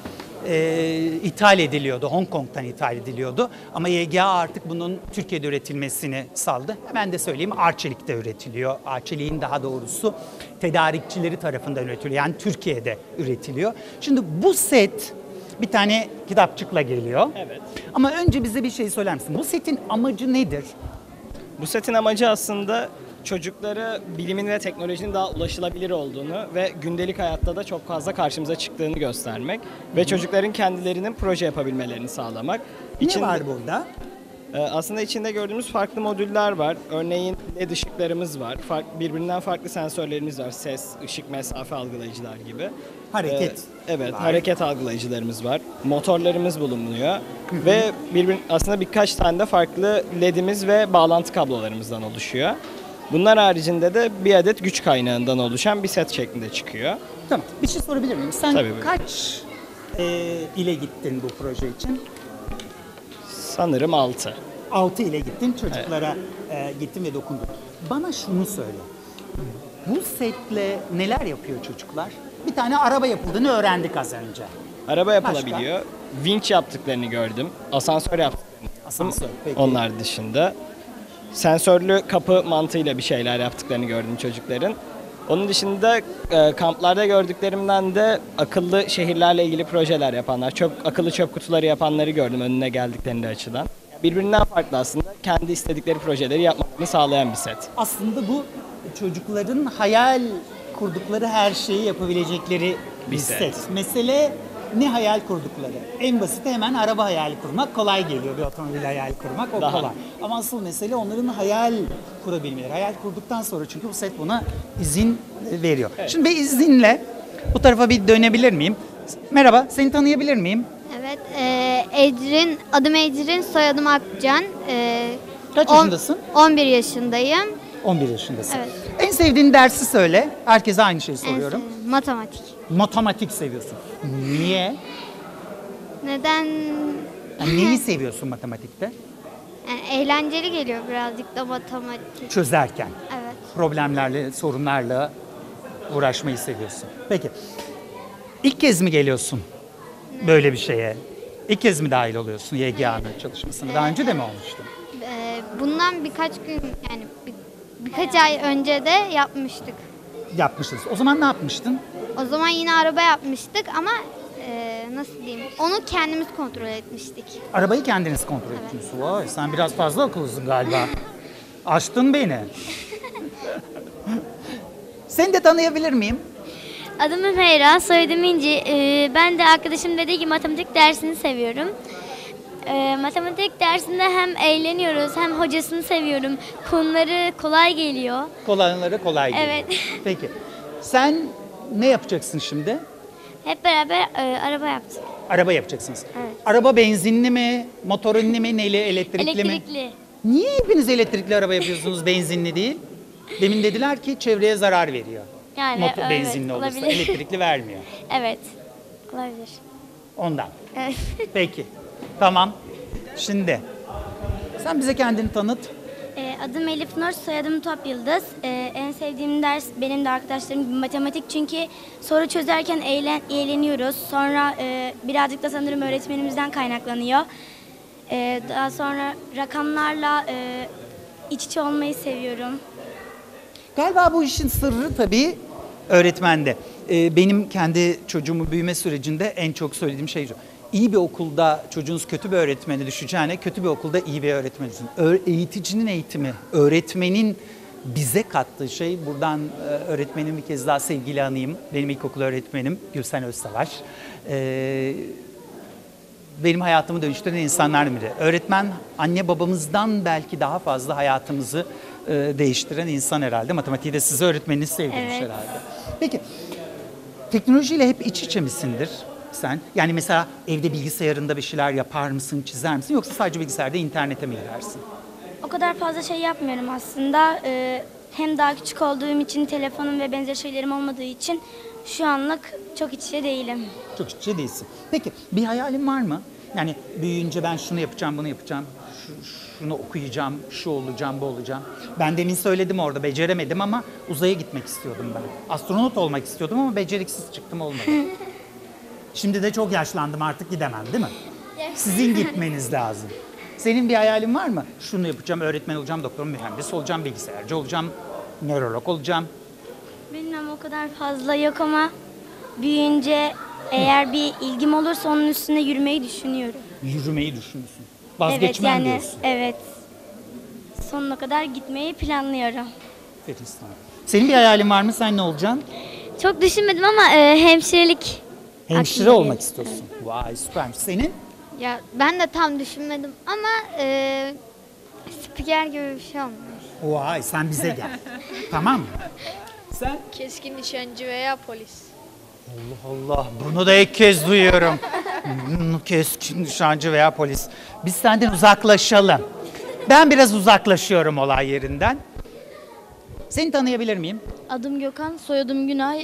S1: ithal ediliyordu. Hong Kong'tan ithal ediliyordu. Ama YGA artık bunun Türkiye'de üretilmesini sağladı. Hemen de söyleyeyim, Arçelik'te üretiliyor. Arçelik'in daha doğrusu tedarikçileri tarafından üretiliyor. Yani Türkiye'de üretiliyor. Şimdi bu set bir tane kitapçıkla geliyor.
S9: Evet.
S1: Ama önce bize bir şey söyler misin? Bu setin amacı nedir?
S9: Bu setin amacı aslında çocuklara bilimin ve teknolojinin daha ulaşılabilir olduğunu ve gündelik hayatta da çok fazla karşımıza çıktığını göstermek ve çocukların kendilerinin proje yapabilmelerini sağlamak.
S1: Ne var burada?
S9: Aslında içinde gördüğümüz farklı modüller var. Örneğin LED ışıklarımız var. Birbirinden farklı sensörlerimiz var. Ses, ışık, mesafe algılayıcılar gibi.
S1: Hareket.
S9: Evet,
S1: var.
S9: hareket algılayıcılarımız var. Motorlarımız bulunuyor. Ve aslında birkaç tane de farklı LED'imiz ve bağlantı kablolarımızdan oluşuyor. Bunlar haricinde de bir adet güç kaynağından oluşan bir set şeklinde çıkıyor.
S1: Tamam. Bir şey sorabilir miyim? Sen
S9: Tabii, buyurun.
S1: kaç ile gittin bu proje için?
S9: Sanırım 6.
S1: 6 ile gittin, çocuklara gittin ve dokundun. Bana şunu söyle. Bu setle neler yapıyor çocuklar? Bir tane araba yapıldığını öğrendik az önce.
S9: Araba yapılabiliyor. Vinç yaptıklarını gördüm. Asansör yaptıklarını gördüm.
S1: Asansör, peki.
S9: Onlar dışında. Sensörlü kapı mantığıyla bir şeyler yaptıklarını gördüm çocukların. Onun dışında kamplarda gördüklerimden de akıllı şehirlerle ilgili projeler yapanlar, akıllı çöp kutuları yapanları gördüm önüne geldiklerinde açıdan. Birbirinden farklı aslında kendi istedikleri projeleri yapmalarını sağlayan bir set.
S1: Aslında bu çocukların hayal kurdukları her şeyi yapabilecekleri bir set. Mesele ne hayal kurdukları? En basit hemen araba hayali kurmak kolay geliyor. Bir otomobil hayali kurmak o kolay. Ama asıl mesele onların hayal kurabilmeleri. Hayal kurduktan sonra çünkü bu set buna izin veriyor. Evet. Şimdi bir izninle bu tarafa bir dönebilir miyim? Merhaba, seni tanıyabilir miyim?
S2: Evet, Ecrin, adım Ecrin, soyadım Akcan.
S1: Kaç yaşındasın?
S2: 11 yaşındayım.
S1: 11 yaşındasın.
S2: Evet.
S1: En sevdiğin dersi söyle. Herkese aynı şeyi soruyorum.
S2: Matematik.
S1: Matematik seviyorsun. Niye?
S2: Neden?
S1: Yani neyi seviyorsun matematikte?
S2: Yani eğlenceli geliyor birazcık da matematik.
S1: Çözerken.
S2: Evet.
S1: Problemlerle, sorunlarla uğraşmayı seviyorsun. Peki. İlk kez mi geliyorsun böyle bir şeye? İlk kez mi dahil oluyorsun YGA'nın çalışmasına? Daha önce de mi olmuştun?
S2: Bundan birkaç gün yani birkaç ay önce de yapmıştık.
S1: Yapmışsınız. O zaman ne yapmıştın?
S2: O zaman yine araba yapmıştık ama nasıl diyeyim? Onu kendimiz kontrol etmiştik.
S1: Arabayı kendiniz kontrol ettiniz. Vay, sen biraz fazla akıllısın galiba. Aştın beni. Seni de tanıyabilir miyim?
S7: Adım Hümeyra, soyadım İnci. Ben de arkadaşım dediği gibi matematik dersini seviyorum. Matematik dersinde hem eğleniyoruz hem hocasını seviyorum. Konuları kolay geliyor.
S1: Kolayları kolay geliyor.
S7: Evet.
S1: Peki. Sen ne yapacaksın şimdi?
S7: Hep beraber araba yaptık.
S1: Araba yapacaksınız.
S7: Evet.
S1: Araba benzinli mi, motorunlu mu, neyle, elektrikli mi?
S7: Elektrikli.
S1: Niye hepiniz elektrikli araba yapıyorsunuz, benzinli değil? Demin dediler ki çevreye zarar veriyor.
S7: Yani evet,
S1: Benzinli olursa
S7: olabilir.
S1: elektrikli vermiyor.
S7: Evet. Olabilir.
S1: Ondan.
S7: Evet.
S1: Peki. Tamam. Şimdi sen bize kendini tanıt.
S7: Adım Elif Nur, soyadım Top Yıldız. En sevdiğim ders benim de arkadaşlarım gibi matematik çünkü soru çözerken eğleniyoruz. Sonra birazcık da sanırım öğretmenimizden kaynaklanıyor. Daha sonra rakamlarla iç içe olmayı seviyorum.
S1: Galiba bu işin sırrı tabii öğretmende. Benim kendi çocuğumun büyüme sürecinde en çok söylediğim şey şu. İyi bir okulda çocuğunuz kötü bir öğretmeni düşeceğine kötü bir okulda iyi bir öğretmen düşsün. Eğiticinin eğitimi, öğretmenin bize kattığı şey. Buradan öğretmenim bir kez daha sevgili anayım. Benim ilkokul öğretmenim Gülsen Özsavaş. Benim hayatımı dönüştüren insanlardan biri. Öğretmen anne babamızdan belki daha fazla hayatımızı değiştiren insan herhalde. Matematiği de size öğretmeniniz sevdirmiş
S7: Evet.
S1: herhalde. Peki teknolojiyle hep iç içe misindir sen? Yani mesela evde bilgisayarında bir şeyler yapar mısın, çizer misin? Yoksa sadece bilgisayarda internete mi girersin?
S7: O kadar fazla şey yapmıyorum aslında. Hem daha küçük olduğum için telefonum ve benzer şeylerim olmadığı için şu anlık çok iç içe değilim.
S1: Çok iç içe değilsin. Peki bir hayalin var mı? Yani büyüyünce ben şunu yapacağım, bunu yapacağım, şunu okuyacağım, şu olacağım, bu olacağım. Ben demin söyledim orada, beceremedim ama uzaya gitmek istiyordum ben. Astronot olmak istiyordum ama beceriksiz çıktım, olmadı. Şimdi de çok yaşlandım, artık gidemem değil mi? Sizin gitmeniz lazım. Senin bir hayalin var mı? Şunu yapacağım, öğretmen olacağım, doktor, mühendis olacağım, bilgisayarcı olacağım, nörolog olacağım.
S7: Bilmem o kadar fazla yok ama büyüyünce eğer bir ilgim olursa onun üstünde yürümeyi düşünüyorum.
S1: Yürümeyi düşünüyorsun. Vazgeçmem
S7: evet, yani,
S1: diyorsun.
S7: Evet. sonuna kadar gitmeyi planlıyorum.
S1: Feristan. Senin bir hayalin var mı? Sen ne olacaksın?
S2: Çok düşünmedim ama hemşirelik.
S1: Hemşire
S2: aklıma
S1: olmak
S2: geldi.
S1: istiyorsun. Vay süpermiş. Senin?
S2: Ya ben de tam düşünmedim ama spiker gibi bir şey olmuş.
S1: Vay sen bize gel. Tamam mı? Sen?
S8: Keskin nişancı veya polis.
S1: Allah Allah bunu da ilk kez duyuyorum. Keskin nişancı veya polis. Biz senden uzaklaşalım. Ben biraz uzaklaşıyorum olay yerinden. Seni tanıyabilir miyim?
S10: Adım Gökhan, soyadım Günay.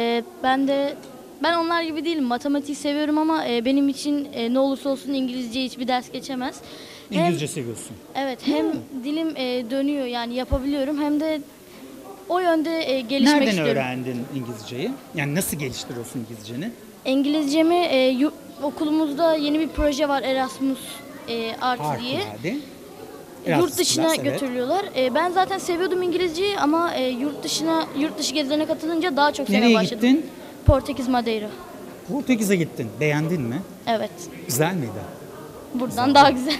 S10: Ben onlar gibi değilim. Matematiği seviyorum ama benim için ne olursa olsun İngilizce hiçbir ders geçemez.
S1: İngilizce seviyorsun.
S10: Evet, hem dilim dönüyor yani yapabiliyorum hem de o yönde gelişmek
S1: Nereden
S10: istiyorum.
S1: öğrendin İngilizceyi? Yani nasıl geliştiriyorsun İngilizceni?
S10: İngilizcemi okulumuzda yeni bir proje var Erasmus Artı diye.
S1: Harikulade.
S10: Yurt
S1: Erasmus
S10: dışına
S1: Plus, evet.
S10: götürülüyorlar. Ben zaten seviyordum İngilizceyi ama yurt dışı gezilerine katılınca daha çok sevmeye
S1: Nereye
S10: başladım.
S1: gittin?
S10: Portekiz, Madeira.
S1: Portekiz'e gittin. Beğendin mi?
S10: Evet.
S1: Güzel miydi?
S10: Buradan daha güzel.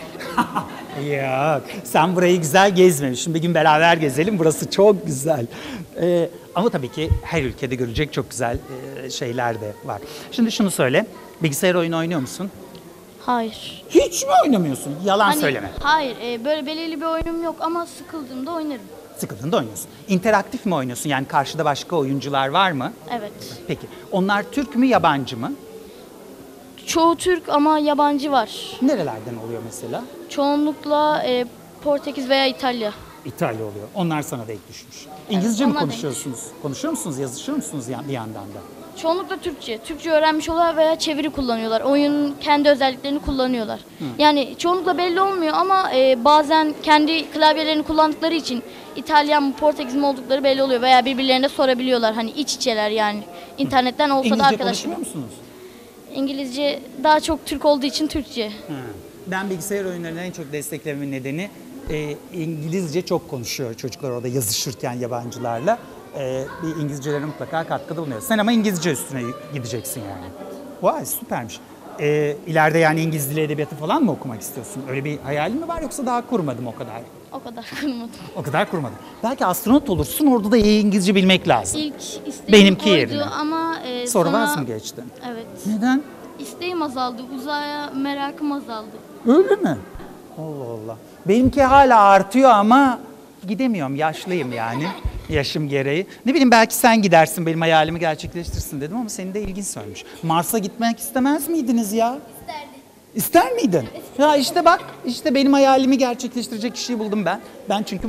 S1: Yok. Sen burayı güzel gezmemişsin. Bir gün beraber gezelim. Burası çok güzel. Ama tabii ki her ülkede görecek çok güzel şeyler de var. Şimdi şunu söyle. Bilgisayar oyunu oynuyor musun?
S10: Hayır.
S1: Hiç mi oynamıyorsun? Yalan
S10: Hani,
S1: söyleme.
S10: Hayır. Böyle belirli bir oyunum yok ama sıkıldığımda oynarım.
S1: Sıkıldığında oynuyorsun. İnteraktif mi oynuyorsun? Yani karşıda başka oyuncular var mı?
S10: Evet.
S1: Peki. Onlar Türk mü yabancı mı?
S10: Çoğu Türk ama yabancı var.
S1: Nerelerden oluyor mesela?
S10: Çoğunlukla Portekiz veya İtalya.
S1: İtalya oluyor. Onlar sana denk düşmüş. İngilizce mi
S10: onlar denk
S1: konuşuyorsunuz? Konuşuyor musunuz? Yazışıyor musunuz bir yandan da?
S10: Çoğunlukla Türkçe. Türkçe öğrenmiş oluyorlar veya çeviri kullanıyorlar. Oyunun kendi özelliklerini kullanıyorlar. Yani çoğunlukla belli olmuyor ama bazen kendi klavyelerini kullandıkları için İtalyan mı Portekiz mi oldukları belli oluyor. Veya birbirlerine sorabiliyorlar. Hani iç içeler yani. İnternetten olsa da
S1: İngilizce
S10: arkadaşım.
S1: konuşuyor musunuz?
S10: İngilizce daha çok Türk olduğu için Türkçe.
S1: Ben bilgisayar oyunlarını en çok desteklememin nedeni İngilizce çok konuşuyor çocuklar orada yazışırken yabancılarla. Bir İngilizcelere mutlaka katkıda bulunuyor. Sen ama İngilizce üstüne gideceksin yani. Vay süpermiş. İleride yani İngiliz dili edebiyatı falan mı okumak istiyorsun? Öyle bir hayalin mi var yoksa daha kurmadım o kadar?
S10: O kadar kurmadım.
S1: O kadar kurmadım. Belki astronot olursun orada da iyi İngilizce bilmek lazım.
S10: İlk isteğim
S1: Benimki
S10: oydu
S1: yerine.
S10: ama
S1: Sonra
S10: sonra...
S1: vaz mı geçtin?
S10: Evet.
S1: Neden?
S10: İsteğim azaldı. Uzaya merakım azaldı.
S1: Öyle mi? Allah Allah. Benimki hala artıyor ama gidemiyorum. Yaşlıyım yani. Yaşım gereği. Ne bileyim belki sen gidersin benim hayalimi gerçekleştirsin dedim ama senin de ilgin sönmüş. Mars'a gitmek istemez miydiniz ya? İsterdim. İster miydin? Ya işte bak işte benim hayalimi gerçekleştirecek kişiyi buldum ben. Ben çünkü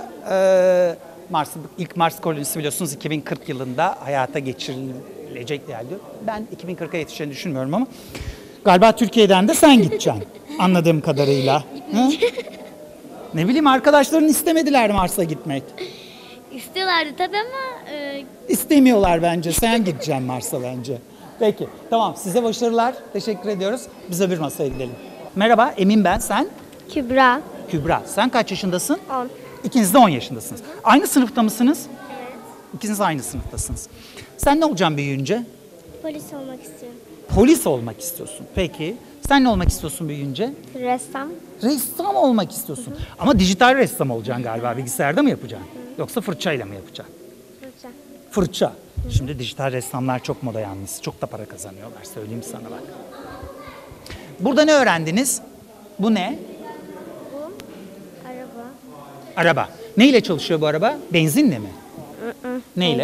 S1: ilk Mars kolonisi biliyorsunuz 2040 yılında hayata geçirilecek diye diyor. Ben 2040'a yetişeceğini düşünmüyorum ama galiba Türkiye'den de sen gideceksin anladığım kadarıyla. Ne bileyim arkadaşların istemediler Mars'a gitmek.
S2: İstiyorlardı tabii ama
S1: İstemiyorlar bence. Sen gideceksin Mars'a bence. Peki. Tamam. Size başarılar. Teşekkür ediyoruz. Biz öbür masaya gidelim. Merhaba. Emin ben. Sen?
S2: Kübra.
S1: Kübra. Sen kaç yaşındasın?
S2: 10.
S1: İkiniz de 10 yaşındasınız. Aynı sınıfta mısınız? Evet. İkiniz aynı sınıftasınız. Sen ne olacaksın büyüyünce?
S2: Polis olmak istiyorum.
S1: Polis olmak istiyorsun. Peki. Sen ne olmak istiyorsun büyüyünce?
S2: Ressam.
S1: Ressam olmak istiyorsun. Ama dijital ressam olacaksın galiba. Bilgisayarda mı yapacaksın? Yoksa fırçayla mı yapacaksın?
S2: Fırça.
S1: Fırça. Şimdi dijital ressamlar çok moda yalnız. Çok da para kazanıyorlar söyleyeyim sana bak. Burada ne öğrendiniz? Bu ne?
S2: Bu araba.
S1: Araba. Ne ile çalışıyor bu araba? Benzinle mi? Neyle?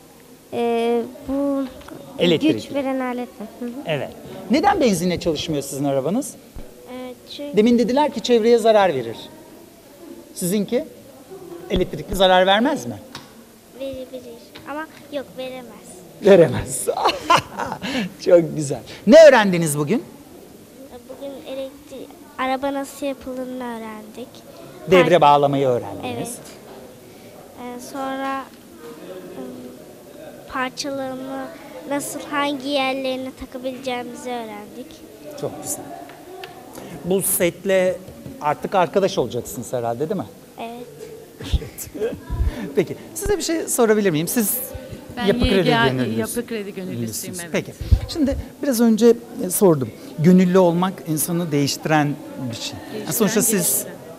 S2: Bu
S1: Elektrikli.
S2: güç veren aletle.
S1: Evet. Neden benzinle çalışmıyor sizin arabanız?
S2: Çünkü
S1: Demin dediler ki çevreye zarar verir. Sizinki? Elektrikli zarar vermez mi?
S2: verir. Ama yok veremez.
S1: Veremez. Çok güzel. Ne öğrendiniz bugün?
S2: Bugün araba nasıl yapıldığını öğrendik.
S1: Devre bağlamayı öğrendiniz.
S2: Evet. Sonra parçalarını nasıl hangi yerlerine takabileceğimizi öğrendik.
S1: Çok güzel. Bu setle artık arkadaş olacaksınız herhalde değil mi?
S2: Evet.
S1: Peki size bir şey sorabilir miyim? Siz
S11: Ben
S1: yapı kredi
S11: YGA
S1: gönüllüsünüz.
S11: yapı kredi gönüllüsüyüm, evet.
S1: Peki. Şimdi biraz önce sordum. Gönüllü olmak insanı değiştiren bir şey. Sonuçta siz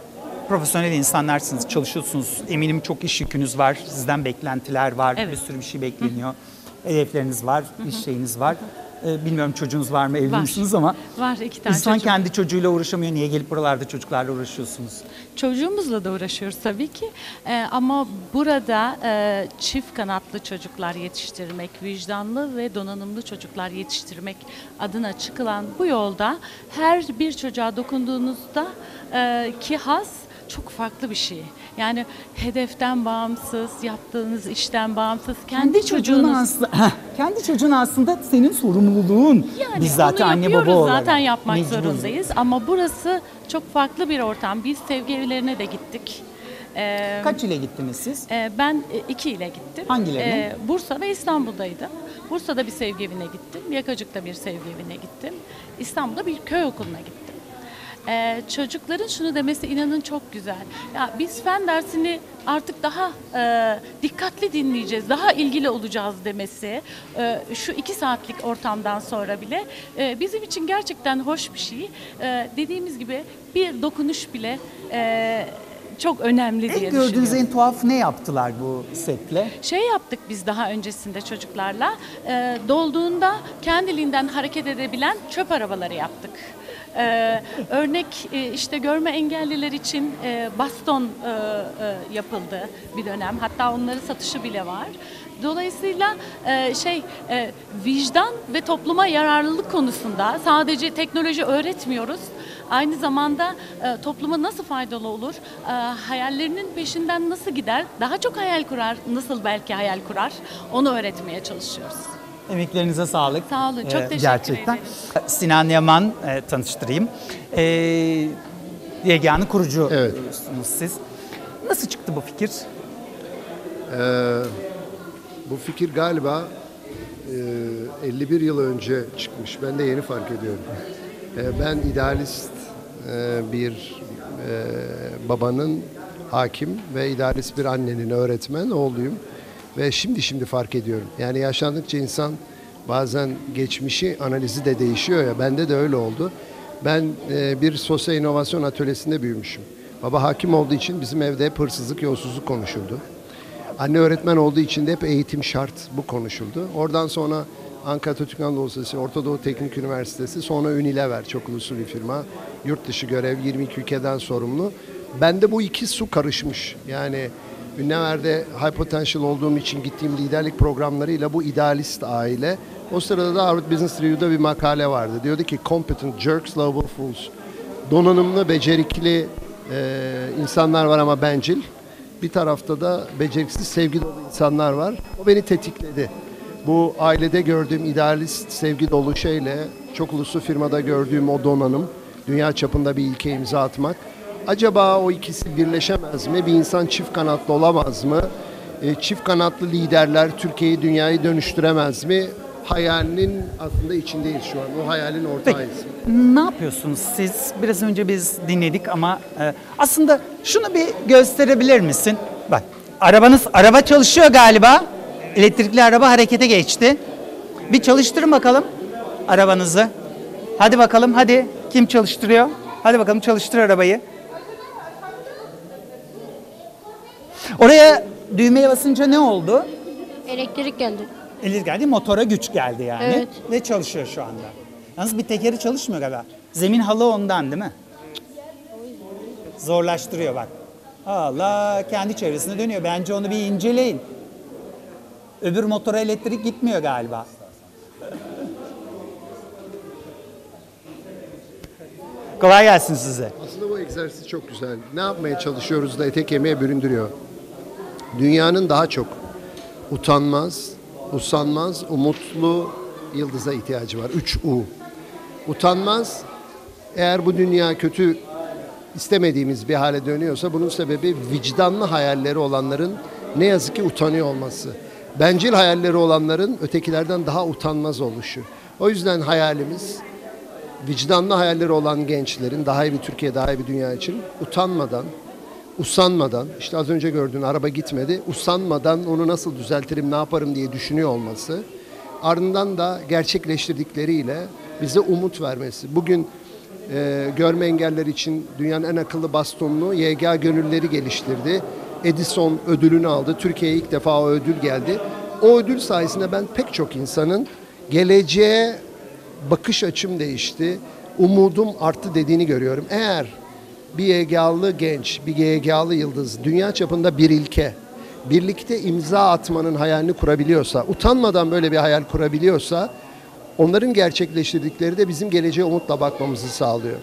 S1: profesyonel insanlarsınız, çalışıyorsunuz. Eminim çok iş yükünüz var, sizden beklentiler var,
S11: Evet.
S1: bir sürü bir şey bekleniyor. Hedefleriniz var, iş şeyiniz var. Bilmiyorum çocuğunuz var mı, evli
S11: Var.
S1: misiniz ama
S11: Var 2 tane
S1: insan
S11: çocuğum.
S1: kendi çocuğuyla uğraşamıyor. Niye gelip buralarda çocuklarla uğraşıyorsunuz?
S11: Çocuğumuzla da uğraşıyoruz tabii ki. Ama burada çift kanatlı çocuklar yetiştirmek, vicdanlı ve donanımlı çocuklar yetiştirmek adına çıkılan bu yolda her bir çocuğa dokunduğunuzda ki haz çok farklı bir şey. Yani hedeften bağımsız, yaptığınız işten bağımsız, kendi çocuğunuz.
S1: Kendi çocuğun aslında senin sorumluluğun.
S11: Yani
S1: Biz zaten
S11: onu
S1: anne
S11: yapıyoruz,
S1: baba olarak.
S11: zaten yapmak
S1: mecburuz.
S11: zorundayız. Ama burası çok farklı bir ortam. Biz sevgi evlerine de gittik.
S1: Kaç ile gittiniz siz?
S11: Ben 2 ile gittim.
S1: Hangilerine?
S11: Bursa ve İstanbul'daydım. Bursa'da bir sevgi evine gittim. Yakacık'ta bir sevgi evine gittim. İstanbul'da bir köy okuluna gittim. Çocukların şunu demesi inanın çok güzel. Ya biz fen dersini artık daha dikkatli dinleyeceğiz, daha ilgili olacağız demesi. Şu 2 saatlik ortamdan sonra bile bizim için gerçekten hoş bir şey. Dediğimiz gibi bir dokunuş bile çok önemli diye düşünüyorum.
S1: Gördüğünüz en tuhaf ne yaptılar bu setle?
S11: Şey yaptık biz daha öncesinde çocuklarla. Dolduğunda kendiliğinden hareket edebilen çöp arabaları yaptık. Örnek işte görme engelliler için baston yapıldı bir dönem. Hatta onların satışı bile var. Dolayısıyla vicdan ve topluma yararlılık konusunda sadece teknoloji öğretmiyoruz. Aynı zamanda topluma nasıl faydalı olur, hayallerinin peşinden nasıl gider, daha çok hayal kurar, nasıl belki hayal kurar, onu öğretmeye çalışıyoruz.
S1: Emeklerinize sağlık.
S11: Sağ olun, çok teşekkür
S1: Gerçekten.
S11: ederim.
S1: Sinan Yaman tanıştırayım. YGA'nın kurucusunuz
S12: Evet.
S1: siz. Nasıl çıktı bu fikir?
S12: Bu fikir galiba 51 yıl önce çıkmış. Ben de yeni fark ediyorum. Ben idealist bir babanın hakim ve idealist bir annenin öğretmen oğluyum. Ve şimdi fark ediyorum. Yani yaşlandıkça insan bazen geçmişi analizi de değişiyor ya. Bende de öyle oldu. Ben bir sosyal inovasyon atölyesinde büyümüşüm. Baba hakim olduğu için bizim evde hep hırsızlık, yolsuzluk konuşuldu. Anne öğretmen olduğu için de hep eğitim şart, bu konuşuldu. Oradan sonra Ankara Atatürk Anadolu Lisesi, Orta Doğu Teknik Üniversitesi, sonra Unilever, çok uluslu bir firma. Yurt dışı görev, 22 ülkeden sorumlu. Bende bu iki su karışmış. Yani Unilever'de high potential olduğum için gittiğim liderlik programlarıyla bu idealist aile. O sırada da Harvard Business Review'da bir makale vardı. Diyordu ki competent jerks, lovable fools. Donanımlı, becerikli insanlar var ama bencil. Bir tarafta da beceriksiz, sevgi dolu insanlar var. O beni tetikledi. Bu ailede gördüğüm idealist, sevgi dolu şeyle çok uluslu firmada gördüğüm o donanım, dünya çapında bir ilke imza atmak. Acaba o ikisi birleşemez mi? Bir insan çift kanatlı olamaz mı? Çift kanatlı liderler Türkiye'yi, dünyayı dönüştüremez mi? Hayalinin aslında içindeyiz şu an. O hayalin ortağıyız.
S1: Ne yapıyorsunuz siz? Biraz önce biz dinledik ama aslında şunu bir gösterebilir misin? Bak, araba çalışıyor galiba. Elektrikli araba harekete geçti. Bir çalıştırın bakalım arabanızı. Hadi bakalım, hadi. Kim çalıştırıyor? Hadi bakalım, çalıştır arabayı. Oraya düğmeye basınca ne oldu?
S2: Elektrik geldi.
S1: Elektrik geldi, motora güç geldi yani.
S2: Evet.
S1: Ve çalışıyor şu anda. Yalnız bir tekeri çalışmıyor galiba. Zemin halı ondan değil mi? Zorlaştırıyor bak. Allah, kendi çevresine dönüyor. Bence onu bir inceleyin. Öbür motora elektrik gitmiyor galiba. Kolay gelsin size.
S12: Aslında bu egzersiz çok güzel. Ne yapmaya çalışıyoruz da ete kemiğe büründürüyor. Dünyanın daha çok utanmaz, usanmaz, umutlu yıldıza ihtiyacı var. 3U. Utanmaz, eğer bu dünya kötü, istemediğimiz bir hale dönüyorsa bunun sebebi vicdanlı hayalleri olanların ne yazık ki utanıyor olması. Bencil hayalleri olanların ötekilerden daha utanmaz oluşu. O yüzden hayalimiz vicdanlı hayalleri olan gençlerin daha iyi bir Türkiye, daha iyi bir dünya için utanmadan, usanmadan, işte az önce gördüğün araba gitmedi, usanmadan onu nasıl düzeltirim, ne yaparım diye düşünüyor olması, ardından da gerçekleştirdikleriyle bize umut vermesi. Bugün Görme engeller için dünyanın en akıllı bastonunu YGA gönüllüleri geliştirdi. Edison ödülünü aldı. Türkiye'ye ilk defa o ödül geldi. O ödül sayesinde ben pek çok insanın geleceğe bakış açım değişti, umudum arttı dediğini görüyorum. Eğer bir YGA'lı genç, bir YGA'lı yıldız dünya çapında bir ilke, birlikte imza atmanın hayalini kurabiliyorsa, utanmadan böyle bir hayal kurabiliyorsa, onların gerçekleştirdikleri de bizim geleceğe umutla bakmamızı sağlıyor.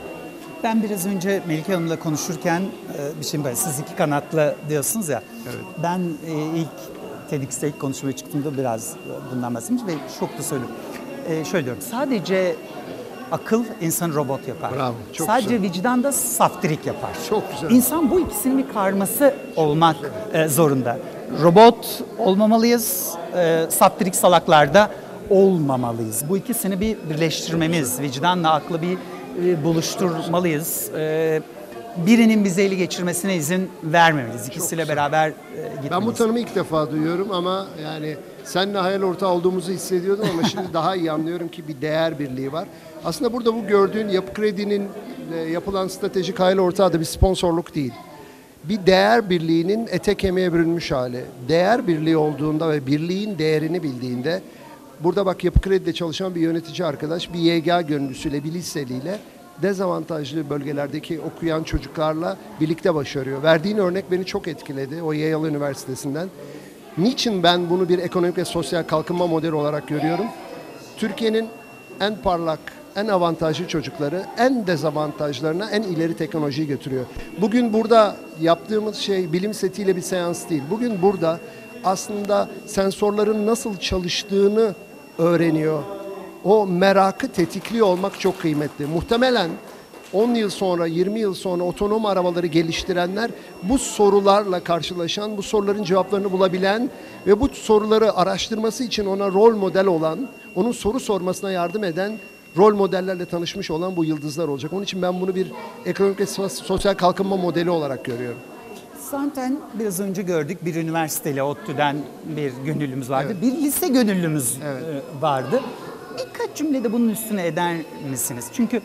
S1: Ben biraz önce Melike Hanım'la konuşurken bir şey var. Siz iki kanatlı diyorsunuz ya.
S12: Evet.
S1: Ben ilk TEDx'te ilk konuşmaya çıktığımda biraz bundan bahsetmiş ve çok da söylüyorum. Şöyle diyorum. Sadece akıl insanı robot yapar.
S12: Bravo, çok
S1: sadece
S12: güzel.
S1: vicdan da saftirik yapar.
S12: Çok güzel.
S1: İnsan bu ikisinin bir karması olmak zorunda. Robot olmamalıyız. Saftirik salaklarda olmamalıyız. Bu ikisini bir birleştirmemiz, vicdanla aklı bir buluşturmalıyız. Birinin bizi ele geçirmesine izin vermemeliyiz. İkisiyle beraber gitmeliyiz.
S12: Ben bu tanımı ilk defa duyuyorum ama yani seninle hayal ortağı olduğumuzu hissediyordum ama şimdi daha iyi anlıyorum ki bir değer birliği var. Aslında burada bu gördüğün Yapı Kredi'nin yapılan stratejik hayal ortağı da bir sponsorluk değil. Bir değer birliğinin ete kemiğe bürünmüş hali. Değer birliği olduğunda ve birliğin değerini bildiğinde, burada bak Yapı Kredi'de çalışan bir yönetici arkadaş bir YGA gönüllüsüyle, bir liseliyle dezavantajlı bölgelerdeki okuyan çocuklarla birlikte başarıyor. Verdiğin örnek beni çok etkiledi o Yale Üniversitesi'nden. Niçin ben bunu bir ekonomik ve sosyal kalkınma modeli olarak görüyorum? Türkiye'nin en parlak, en avantajlı çocukları en dezavantajlarına en ileri teknolojiyi götürüyor. Bugün burada yaptığımız şey bilim setiyle bir seans değil. Bugün burada aslında sensörlerin nasıl çalıştığını öğreniyor. O merakı tetikliyor olmak çok kıymetli. Muhtemelen 10 yıl sonra, 20 yıl sonra otonom arabaları geliştirenler bu sorularla karşılaşan, bu soruların cevaplarını bulabilen ve bu soruları araştırması için ona rol model olan, onun soru sormasına yardım eden rol modellerle tanışmış olan bu yıldızlar olacak. Onun için ben bunu bir ekonomik ve sosyal kalkınma modeli olarak görüyorum.
S1: Zaten biraz önce gördük, bir üniversiteyle ODTÜ'den bir gönüllümüz vardı.
S12: Evet.
S1: Bir lise gönüllümüz
S12: Evet.
S1: vardı. Birkaç cümlede bunun üstüne eder misiniz? Çünkü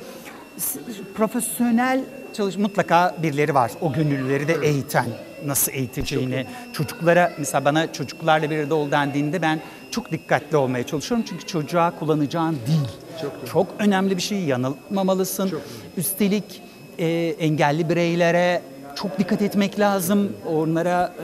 S1: profesyonel mutlaka birileri var. O gönüllüleri de eğiten, nasıl eğiteceğini, çocuklara, mesela bana çocuklarla bir arada ol dendiğinde ben çok dikkatli olmaya çalışıyorum. Çünkü çocuğa kullanacağın dil çok önemli bir şey, yanılmamalısın. Üstelik engelli bireylere çok dikkat etmek lazım. Onlara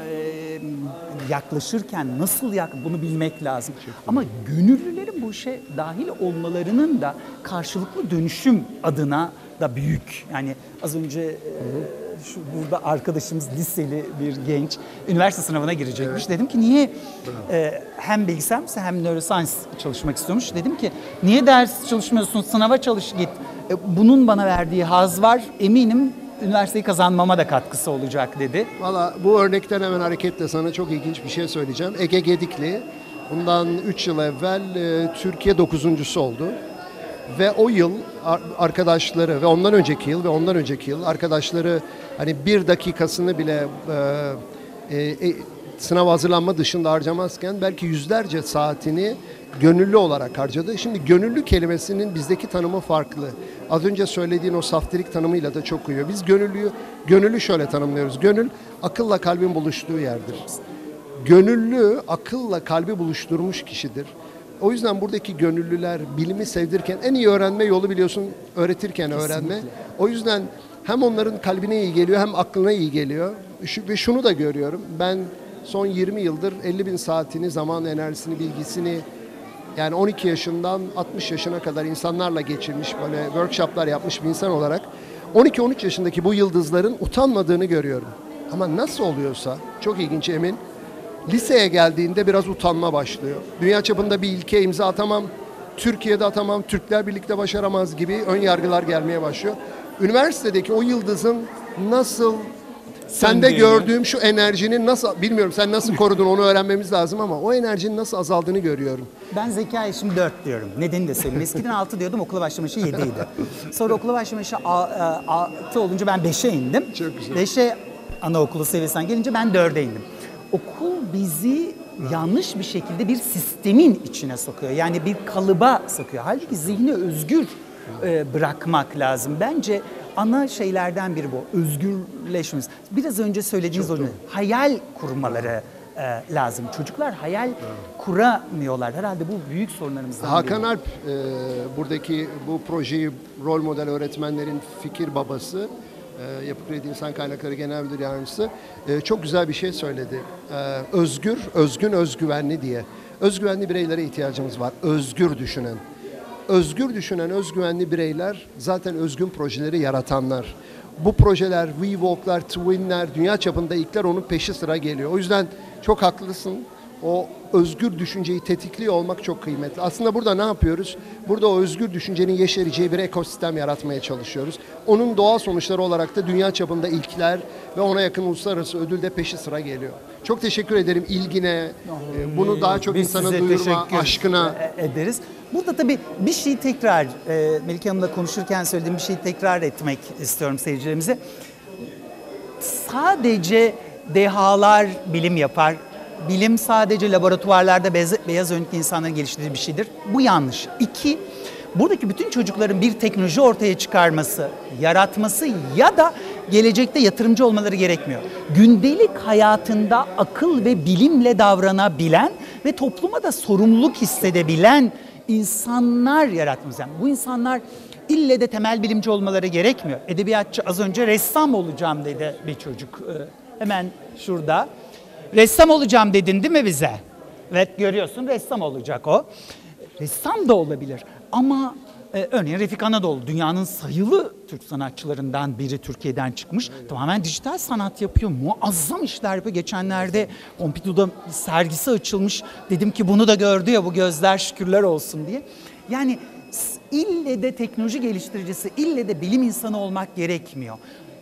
S1: yaklaşırken nasıl bunu bilmek lazım. Ama gönüllülerin bu işe dahil olmalarının da karşılıklı dönüşüm adına da büyük. Yani az önce burada arkadaşımız liseli bir genç üniversite sınavına girecekmiş. Evet. Dedim ki niye hem bilgisayar mühendisliği hem neuroscience çalışmak istiyormuş. Dedim ki niye ders çalışmıyorsun, sınava çalış git. Bunun bana verdiği haz var. Eminim üniversiteyi kazanmama da katkısı olacak dedi.
S12: Valla bu örnekten hemen hareketle sana çok ilginç bir şey söyleyeceğim. Ege Gedikli bundan 3 yıl evvel Türkiye 9.'su oldu. Ve o yıl arkadaşları ve ondan önceki yıl ve ondan önceki yıl arkadaşları hani bir dakikasını bile sınav hazırlanma dışında harcamazken belki yüzlerce saatini gönüllü olarak harcadı. Şimdi gönüllü kelimesinin bizdeki tanımı farklı. Az önce söylediğin o saftirik tanımıyla da çok uyuyor. Biz gönüllü şöyle tanımlıyoruz. Gönül akılla kalbin buluştuğu yerdir. Gönüllü akılla kalbi buluşturmuş kişidir. O yüzden buradaki gönüllüler bilimi sevdirirken en iyi öğrenme yolu biliyorsun öğretirken öğrenme. O yüzden hem onların kalbine iyi geliyor hem aklına iyi geliyor. Ve şunu da görüyorum. Ben son 20 yıldır 50.000 saatini, zaman enerjisini, bilgisini yani 12 yaşından 60 yaşına kadar insanlarla geçirmiş, böyle workshoplar yapmış bir insan olarak 12-13 yaşındaki bu yıldızların utanmadığını görüyorum. Ama nasıl oluyorsa çok ilginç Emin. Liseye geldiğinde biraz utanma başlıyor. Dünya çapında bir ilke imza atamam, Türkiye'de atamam, Türkler birlikte başaramaz gibi ön yargılar gelmeye başlıyor. Üniversitedeki o yıldızın nasıl sende gördüğüm şu enerjinin nasıl, bilmiyorum sen nasıl korudun onu öğrenmemiz lazım ama o enerjinin nasıl azaldığını görüyorum.
S1: Ben zeka yaşım 4 diyorum. Nedenini de söyleyeyim. Eskiden 6 diyordum, okula başlama yaşı 7 idi. Sonra okula başlama yaşı 6 olunca ben 5'e indim.
S12: Çok güzel.
S1: 5'e anaokulu seviyesinden gelince ben 4'e indim. Okul bizi yanlış bir şekilde bir sistemin içine sokuyor. Yani bir kalıba sokuyor. Halbuki zihni özgür bırakmak lazım. Bence ana şeylerden biri bu. Özgürleşmemiz. Biraz önce söylediğiniz o hayal kurmaları lazım. Çocuklar hayal kuramıyorlar. Herhalde bu büyük sorunlarımızdan biri.
S12: Hakan Alp buradaki bu projeyi rol model öğretmenlerin fikir babası, Yapı Kredi İnsan Kaynakları Genel Müdür Yardımcısı çok güzel bir şey söyledi. Özgün, özgüvenli diye. Özgüvenli bireylere ihtiyacımız var. Özgür düşünen. Özgür düşünen, özgüvenli bireyler zaten özgün projeleri yaratanlar. Bu projeler, WeWalk'lar, Twin'ler, dünya çapında ilkler onun peşi sıra geliyor. O yüzden çok haklısın. O özgür düşünceyi tetikliyor olmak çok kıymetli. Aslında burada ne yapıyoruz? Burada o özgür düşüncenin yeşereceği bir ekosistem yaratmaya çalışıyoruz. Onun doğal sonuçları olarak da dünya çapında ilkler ve ona yakın uluslararası ödül de peşi sıra geliyor. Çok teşekkür ederim ilgine, bunu daha çok
S1: Biz
S12: insana
S1: size
S12: duyurma
S1: teşekkür
S12: aşkına.
S1: ederiz. Burada tabii bir şeyi tekrar, Melike Hanım'la konuşurken söylediğim bir şeyi tekrar etmek istiyorum seyircilerimize. Sadece dehalar bilim yapar. Bilim sadece laboratuvarlarda beyaz önlüklü insanların geliştirdiği bir şeydir. Bu yanlış. 2, buradaki bütün çocukların bir teknoloji ortaya çıkarması, yaratması ya da gelecekte yatırımcı olmaları gerekmiyor. Gündelik hayatında akıl ve bilimle davranabilen ve topluma da sorumluluk hissedebilen insanlar yaratmamız. Yani bu insanlar ille de temel bilimci olmaları gerekmiyor. Edebiyatçı, az önce ressam olacağım dedi bir çocuk. Hemen şurada. Ressam olacağım dedin değil mi bize? Evet, görüyorsun, ressam olacak o. Ressam da olabilir ama örneğin Refik Anadolu dünyanın sayılı Türk sanatçılarından biri, Türkiye'den çıkmış. Tamamen dijital sanat yapıyor. Muazzam işler yapıyor. Geçenlerde Pompidou'da bir sergisi açılmış. Dedim ki bunu da gördü ya bu gözler, şükürler olsun diye. Yani ille de teknoloji geliştiricisi, ille de bilim insanı olmak gerekmiyor.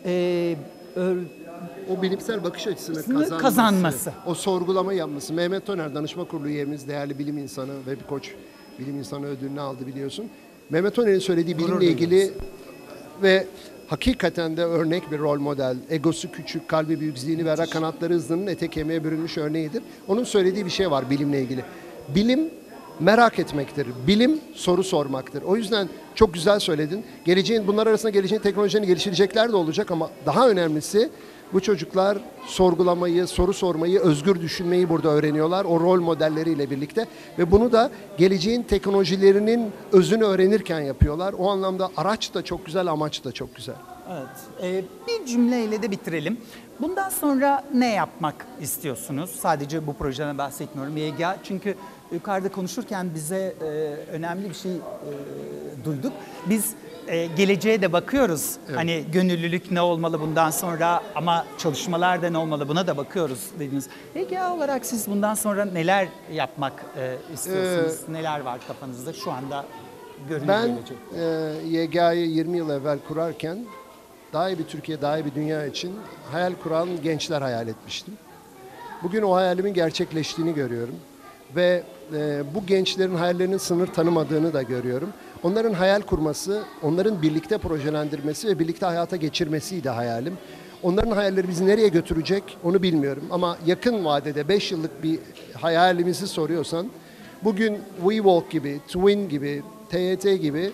S12: O bilimsel bakış açısını kazanması, o sorgulama yapması. Mehmet Toner, danışma kurulu üyemiz, değerli bilim insanı ve bir koç bilim insanı ödülünü aldı biliyorsun. Mehmet Toner'in söylediği bilimle ilgili ve hakikaten de örnek bir rol model. Egosu küçük, kalbi büyük, zihni ve ara kanatları hızlının ete kemiğe bürünmüş örneğidir. Onun söylediği bir şey var bilimle ilgili. Bilim merak etmektir. Bilim soru sormaktır. O yüzden çok güzel söyledin. Bunlar arasında geleceğin teknolojilerini geliştirecekler de olacak ama daha önemlisi bu çocuklar sorgulamayı, soru sormayı, özgür düşünmeyi burada öğreniyorlar. O rol modelleriyle birlikte ve bunu da geleceğin teknolojilerinin özünü öğrenirken yapıyorlar. O anlamda araç da çok güzel, amaç da çok güzel.
S1: Evet. Bir cümleyle de bitirelim. Bundan sonra ne yapmak istiyorsunuz? Sadece bu projeden bahsetmiyorum. YGA, çünkü yukarıda konuşurken bize önemli bir şey duyduk. Biz geleceğe de bakıyoruz. Evet. Hani gönüllülük ne olmalı bundan sonra ama çalışmalar da ne olmalı buna da bakıyoruz dediniz. YGA olarak siz bundan sonra neler yapmak istiyorsunuz? Neler var kafanızda şu anda görünüyor gelecek?
S12: Ben YGA'yı 20 yıl evvel kurarken daha iyi bir Türkiye, daha iyi bir dünya için hayal kuran gençler hayal etmiştim. Bugün o hayalimin gerçekleştiğini görüyorum. Ve bu gençlerin hayallerinin sınır tanımadığını da görüyorum. Onların hayal kurması, onların birlikte projelendirmesi ve birlikte hayata geçirmesiydi hayalim. Onların hayalleri bizi nereye götürecek onu bilmiyorum. Ama yakın vadede 5 yıllık bir hayalimizi soruyorsan, bugün WeWalk gibi, Twin gibi, TYT gibi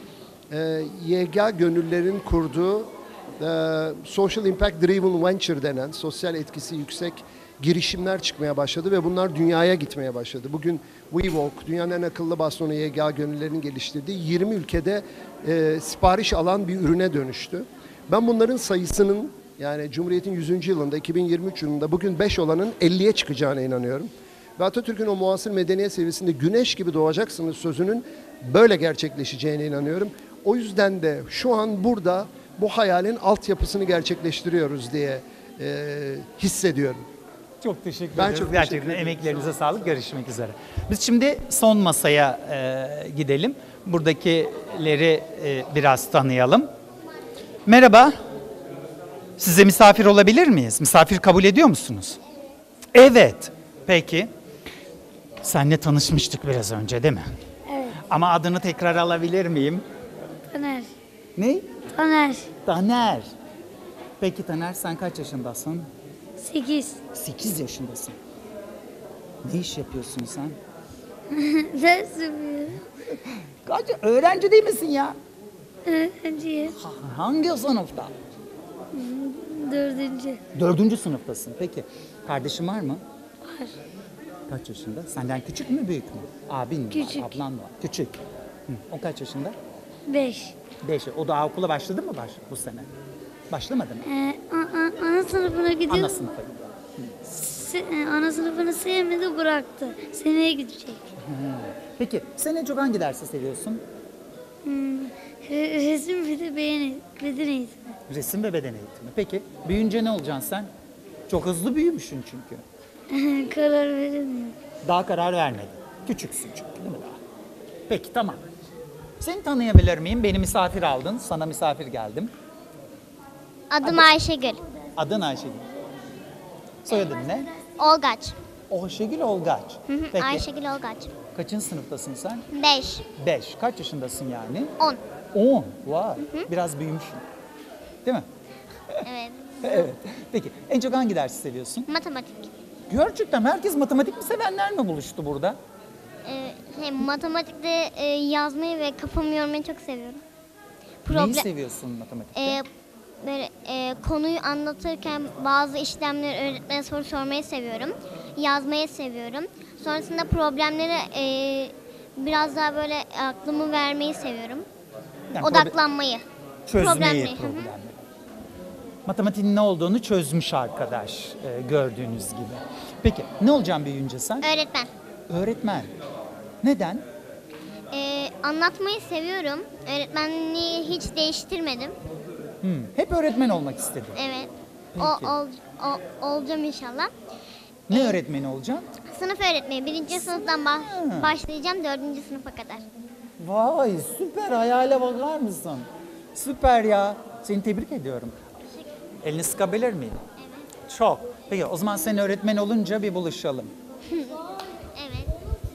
S12: YGA gönüllerin kurduğu Social Impact Driven Venture denen sosyal etkisi yüksek girişimler çıkmaya başladı ve bunlar dünyaya gitmeye başladı. Bugün WeWalk, dünyanın en akıllı bastonu YGA gönüllerinin geliştirdiği 20 ülkede sipariş alan bir ürüne dönüştü. Ben bunların sayısının, yani Cumhuriyet'in 100. yılında, 2023 yılında bugün 5 olanın 50'ye çıkacağına inanıyorum. Ve Atatürk'ün o muasır medeniyet seviyesinde güneş gibi doğacaksınız sözünün böyle gerçekleşeceğine inanıyorum. O yüzden de şu an burada bu hayalin altyapısını gerçekleştiriyoruz diye hissediyorum.
S1: Çok teşekkür ederiz. Gerçekten emeklerinize sağlık. Görüşmek üzere. Biz şimdi son masaya gidelim. Buradakileri biraz tanıyalım. Merhaba. Size misafir olabilir miyiz? Misafir kabul ediyor musunuz? Evet. Peki. Seninle tanışmıştık biraz önce değil mi?
S2: Evet.
S1: Ama adını tekrar alabilir miyim?
S2: Taner.
S1: Ne?
S2: Taner.
S1: Taner. Peki Taner, sen kaç yaşındasın?
S2: 8.
S1: 8 yaşındasın. Ne iş yapıyorsun sen?
S2: Ders yapıyorum.
S1: Kaç öğrenci değil misin ya?
S2: Öğrenciyim.
S1: Hangi sınıfta?
S2: 4.
S1: 4. sınıftasın. Peki kardeşin var mı?
S2: Var.
S1: Kaç yaşında? Senden küçük mü büyük mü? Abin mi
S2: Küçük.
S1: var? Ablan mı var? Küçük. Hı. O kaç yaşında?
S2: 5.
S1: 5. O daha okula başladı mı bu sene? Başlamadı mı?
S2: Ana sınıfına gidiyor.
S1: Ana sınıfa.
S2: Ana sınıfını sevmedi, bıraktı. Seneye gidecek.
S1: Peki sen en çok hangi dersi seviyorsun?
S2: Resim ve de beden eğitimi.
S1: Resim ve beden eğitimi. Peki büyüyünce ne olacaksın sen? Çok hızlı büyümüşsün çünkü.
S2: Karar veremiyorum.
S1: Daha karar vermedin. Küçüksün çünkü değil mi daha? Peki tamam. Seni tanıyabilir miyim? Beni misafir aldın. Sana misafir geldim.
S13: Adım Ayşegül.
S1: Adın Ayşegül. Soyadın ne?
S13: Olgaç.
S1: Ayşegül Olgaç. Peki
S13: Ayşegül Olgaç.
S1: kaçıncı sınıftasın sen?
S13: 5.
S1: 5. Kaç yaşındasın yani?
S13: 10.
S1: 10. Vay. Biraz büyümüşsün. Değil mi?
S13: Evet.
S1: Evet. Peki en çok hangi dersi seviyorsun?
S13: Matematik.
S1: Gerçekten herkes matematik mi sevenler mi buluştu burada?
S13: Matematikte yazmayı ve kafamı yormayı çok seviyorum.
S1: Neyi seviyorsun matematikte?
S13: Böyle konuyu anlatırken bazı işlemleri öğretmene soru sormayı seviyorum. Yazmayı seviyorum. Sonrasında problemlere biraz daha böyle aklımı vermeyi seviyorum.
S1: Yani
S13: Odaklanmayı.
S1: Çözmeyi,
S13: Hı hı.
S1: problemleri. Matematiğin ne olduğunu çözmüş arkadaş gördüğünüz gibi. Peki ne olacaksın büyüyünce sen?
S13: Öğretmen.
S1: Öğretmen. Neden?
S13: Anlatmayı seviyorum. Öğretmenliği hiç değiştirmedim.
S1: Hep öğretmen olmak istedim.
S13: Evet.
S1: Peki.
S13: Olacağım inşallah.
S1: Ne öğretmeni olacaksın?
S13: Sınıf öğretmeni. 1. sınıftan başlayacağım 4. sınıfa kadar.
S1: Vay süper, hayale bakar mısın? Süper ya. Seni tebrik ediyorum. Elini sıkabilir miyim? Evet. Çok. Peki o zaman sen öğretmen olunca bir buluşalım.
S13: Evet.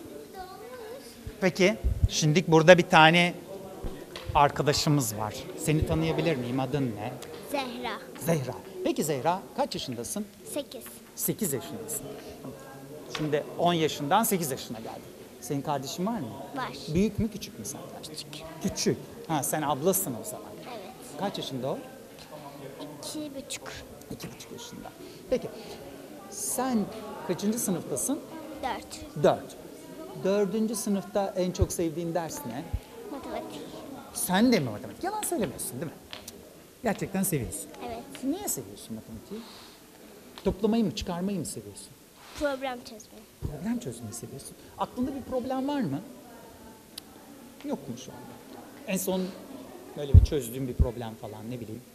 S1: Peki şimdi burada bir tane arkadaşımız var. Seni tanıyabilir miyim? Adın ne?
S13: Zehra.
S1: Zehra. Peki Zehra kaç yaşındasın?
S13: 8.
S1: 8 yaşındasın. Şimdi 10 yaşından 8 yaşına geldin. Senin kardeşin var mı?
S13: Var.
S1: Büyük mü küçük mü senden?
S13: Küçük.
S1: Küçük. Ha sen ablasın o zaman.
S13: Evet.
S1: Kaç yaşında o?
S13: 2,5.
S1: 2,5 yaşında. Peki sen kaçıncı sınıftasın?
S13: 4.
S1: 4. 4. sınıfta en çok sevdiğin ders ne?
S13: Matematik.
S1: Sen de mi matematik? Yalan söylemiyorsun değil mi? Gerçekten seviyorsun.
S13: Evet.
S1: Niye seviyorsun matematiği? Toplamayı mı, çıkarmayı mı seviyorsun?
S13: Problem çözmeyi.
S1: Problem çözmeyi seviyorsun. Aklında bir problem var mı? Yok mu şu anda? En son böyle bir çözdüğün bir problem falan ne bileyim.